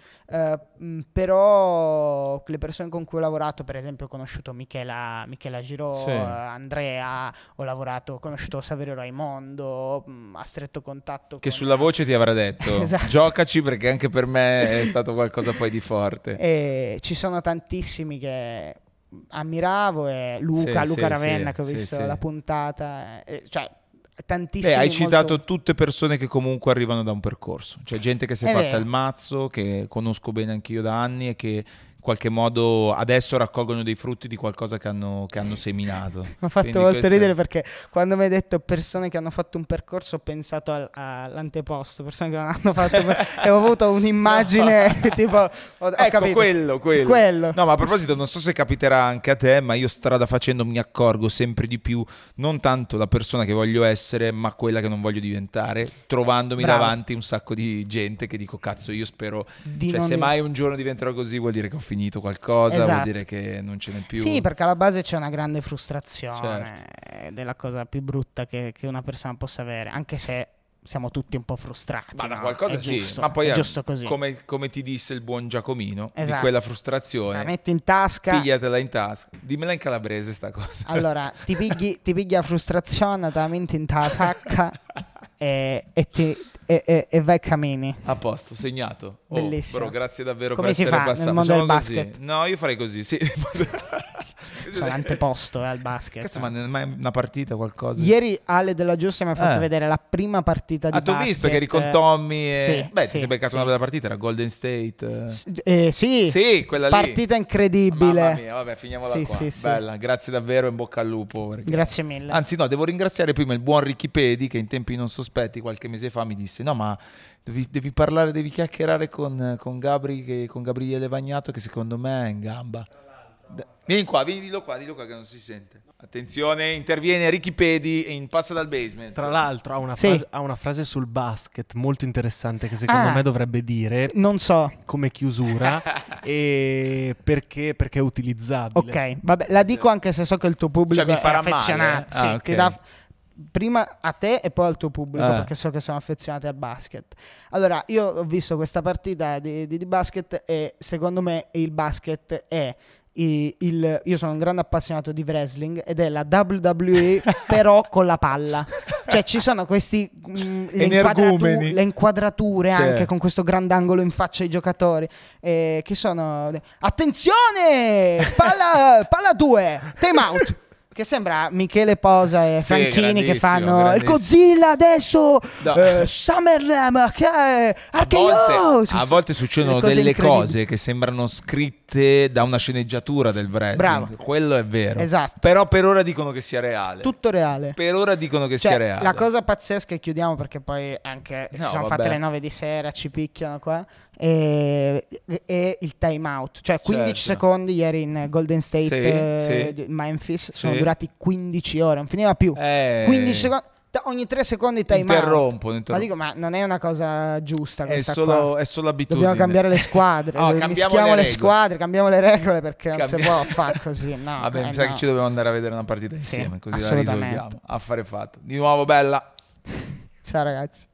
però le persone con cui ho lavorato, per esempio ho conosciuto Michela Girò, Sì. Andrea, ho conosciuto Saverio Raimondo, a stretto contatto Che con- sulla voce ti avrà detto Esatto. giocaci, perché anche per me è stato qualcosa poi di forte. E ci sono tantissimi che ammiravo, e Luca Sì, Ravenna, sì, che ho sì, visto sì. la puntata, cioè tantissimi. Hai molto- citato tutte persone che comunque arrivano da un percorso, cioè gente che si è È fatta vero. il mazzo, che conosco bene anch'io da anni e che in qualche modo adesso raccolgono dei frutti di qualcosa che hanno seminato. Mi ha fatto Quindi molto questo è- ridere, perché quando mi hai detto persone che hanno fatto un percorso ho pensato all'anteposto, persone che non hanno fatto e ho avuto un'immagine tipo ho Ecco, capito. quello. No, ma a proposito, non so se capiterà anche a te, ma io strada facendo mi accorgo sempre di più, non tanto la persona che voglio essere, ma quella che non voglio diventare, trovandomi Bravo. davanti un sacco di gente che dico, cazzo, io spero, Di cioè non- se mai un giorno diventerò così vuol dire che ho finito qualcosa, vuol Esatto. dire che non ce n'è più. Sì, perché alla base c'è una grande frustrazione, Certo. ed è la cosa più brutta che una persona possa avere, anche se siamo tutti un po' frustrati. Ma da no? qualcosa È sì, giusto, ma poi è giusto così. come ti disse il buon Giacomino, di Esatto. quella La frustrazione, metti in tasca. pigliatela in tasca. Dimmela in calabrese sta cosa. Allora, ti pigli la frustrazione, te la metti in ta sacca e vai e cammini. A posto, segnato. Oh, Bellissimo. però grazie davvero Come per si essere fa passato. nel mondo del Facciamo così. basket? No, io farei così, sì. Sono anteposto al basket. Cazzo, ma non è mai una partita, qualcosa? Ieri Ale della Giustia mi ha fatto vedere la prima partita di Ah, t'ho basket. visto che eri con Tommy e... Sì, Beh, ti sì, sei beccato sì. una bella partita, era Golden State. Sì, Sì, quella lì. partita incredibile. Mamma mia, vabbè, finiamola Sì, qua. sì, sì. Bella, grazie davvero, in bocca al lupo. perché- Grazie mille. Anzi, no, devo ringraziare prima il buon Ricky Pedi, che in tempi non sospetti, qualche mese fa, mi disse: no, ma devi parlare, devi chiacchierare con Gabriele Vagnato, che secondo me è in gamba. Vieni qua, dillo qua che non si sente. Attenzione, interviene Ricky Pedi in Passa dal Basement. Tra l'altro Sì. ha una frase sul basket molto interessante che secondo me dovrebbe dire Non so. come chiusura e perché è utilizzabile. Ok, vabbè, la dico anche se so che il tuo pubblico Cioè, mi è farà male, affezionato. eh? Sì, Ah, ti ok. dà prima a te e poi al tuo pubblico, Ah. perché so che sono affezionati al basket. Allora, io ho visto questa partita di basket e secondo me il basket è io sono un grande appassionato di wrestling ed è la WWE però con la palla. Cioè ci sono questi Energumeni. le inquadrature Sì. anche con questo grandangolo in faccia ai giocatori, che sono attenzione, palla 2, time out. Che sembra Michele Posa e Sì, Franchini che grandissimo, fanno il grandissimo. Godzilla adesso, No. Summerlam, A volte succedono delle incredibili. cose che sembrano scritte da una sceneggiatura del wrestling. Bravo. Quello è vero. Esatto. Però per ora dicono che sia reale. Tutto reale. Per ora dicono che Cioè, sia reale. la cosa pazzesca, e chiudiamo perché poi anche si No, sono vabbè. fatte le 9 di sera, ci picchiano qua, e il time out, cioè 15 Certo. secondi ieri in Golden State, Sì, di Memphis, sono Sì. durati 15 ore, non finiva più. 15 secondi, ogni 3 secondi time Interrompo. out. Ma dico, ma non è una cosa giusta È questa qua. solo abitudine. Dobbiamo cambiare le squadre, Oh, cambiamo mischiamo le le regole. squadre, cambiamo le regole, perché non si Cambia- può fare così, no. Vabbè, mi sa no. che ci dobbiamo andare a vedere una partita Sì, insieme, così la assolutamente. risolviamo. Affare fatto. Di nuovo bella. Ciao ragazzi.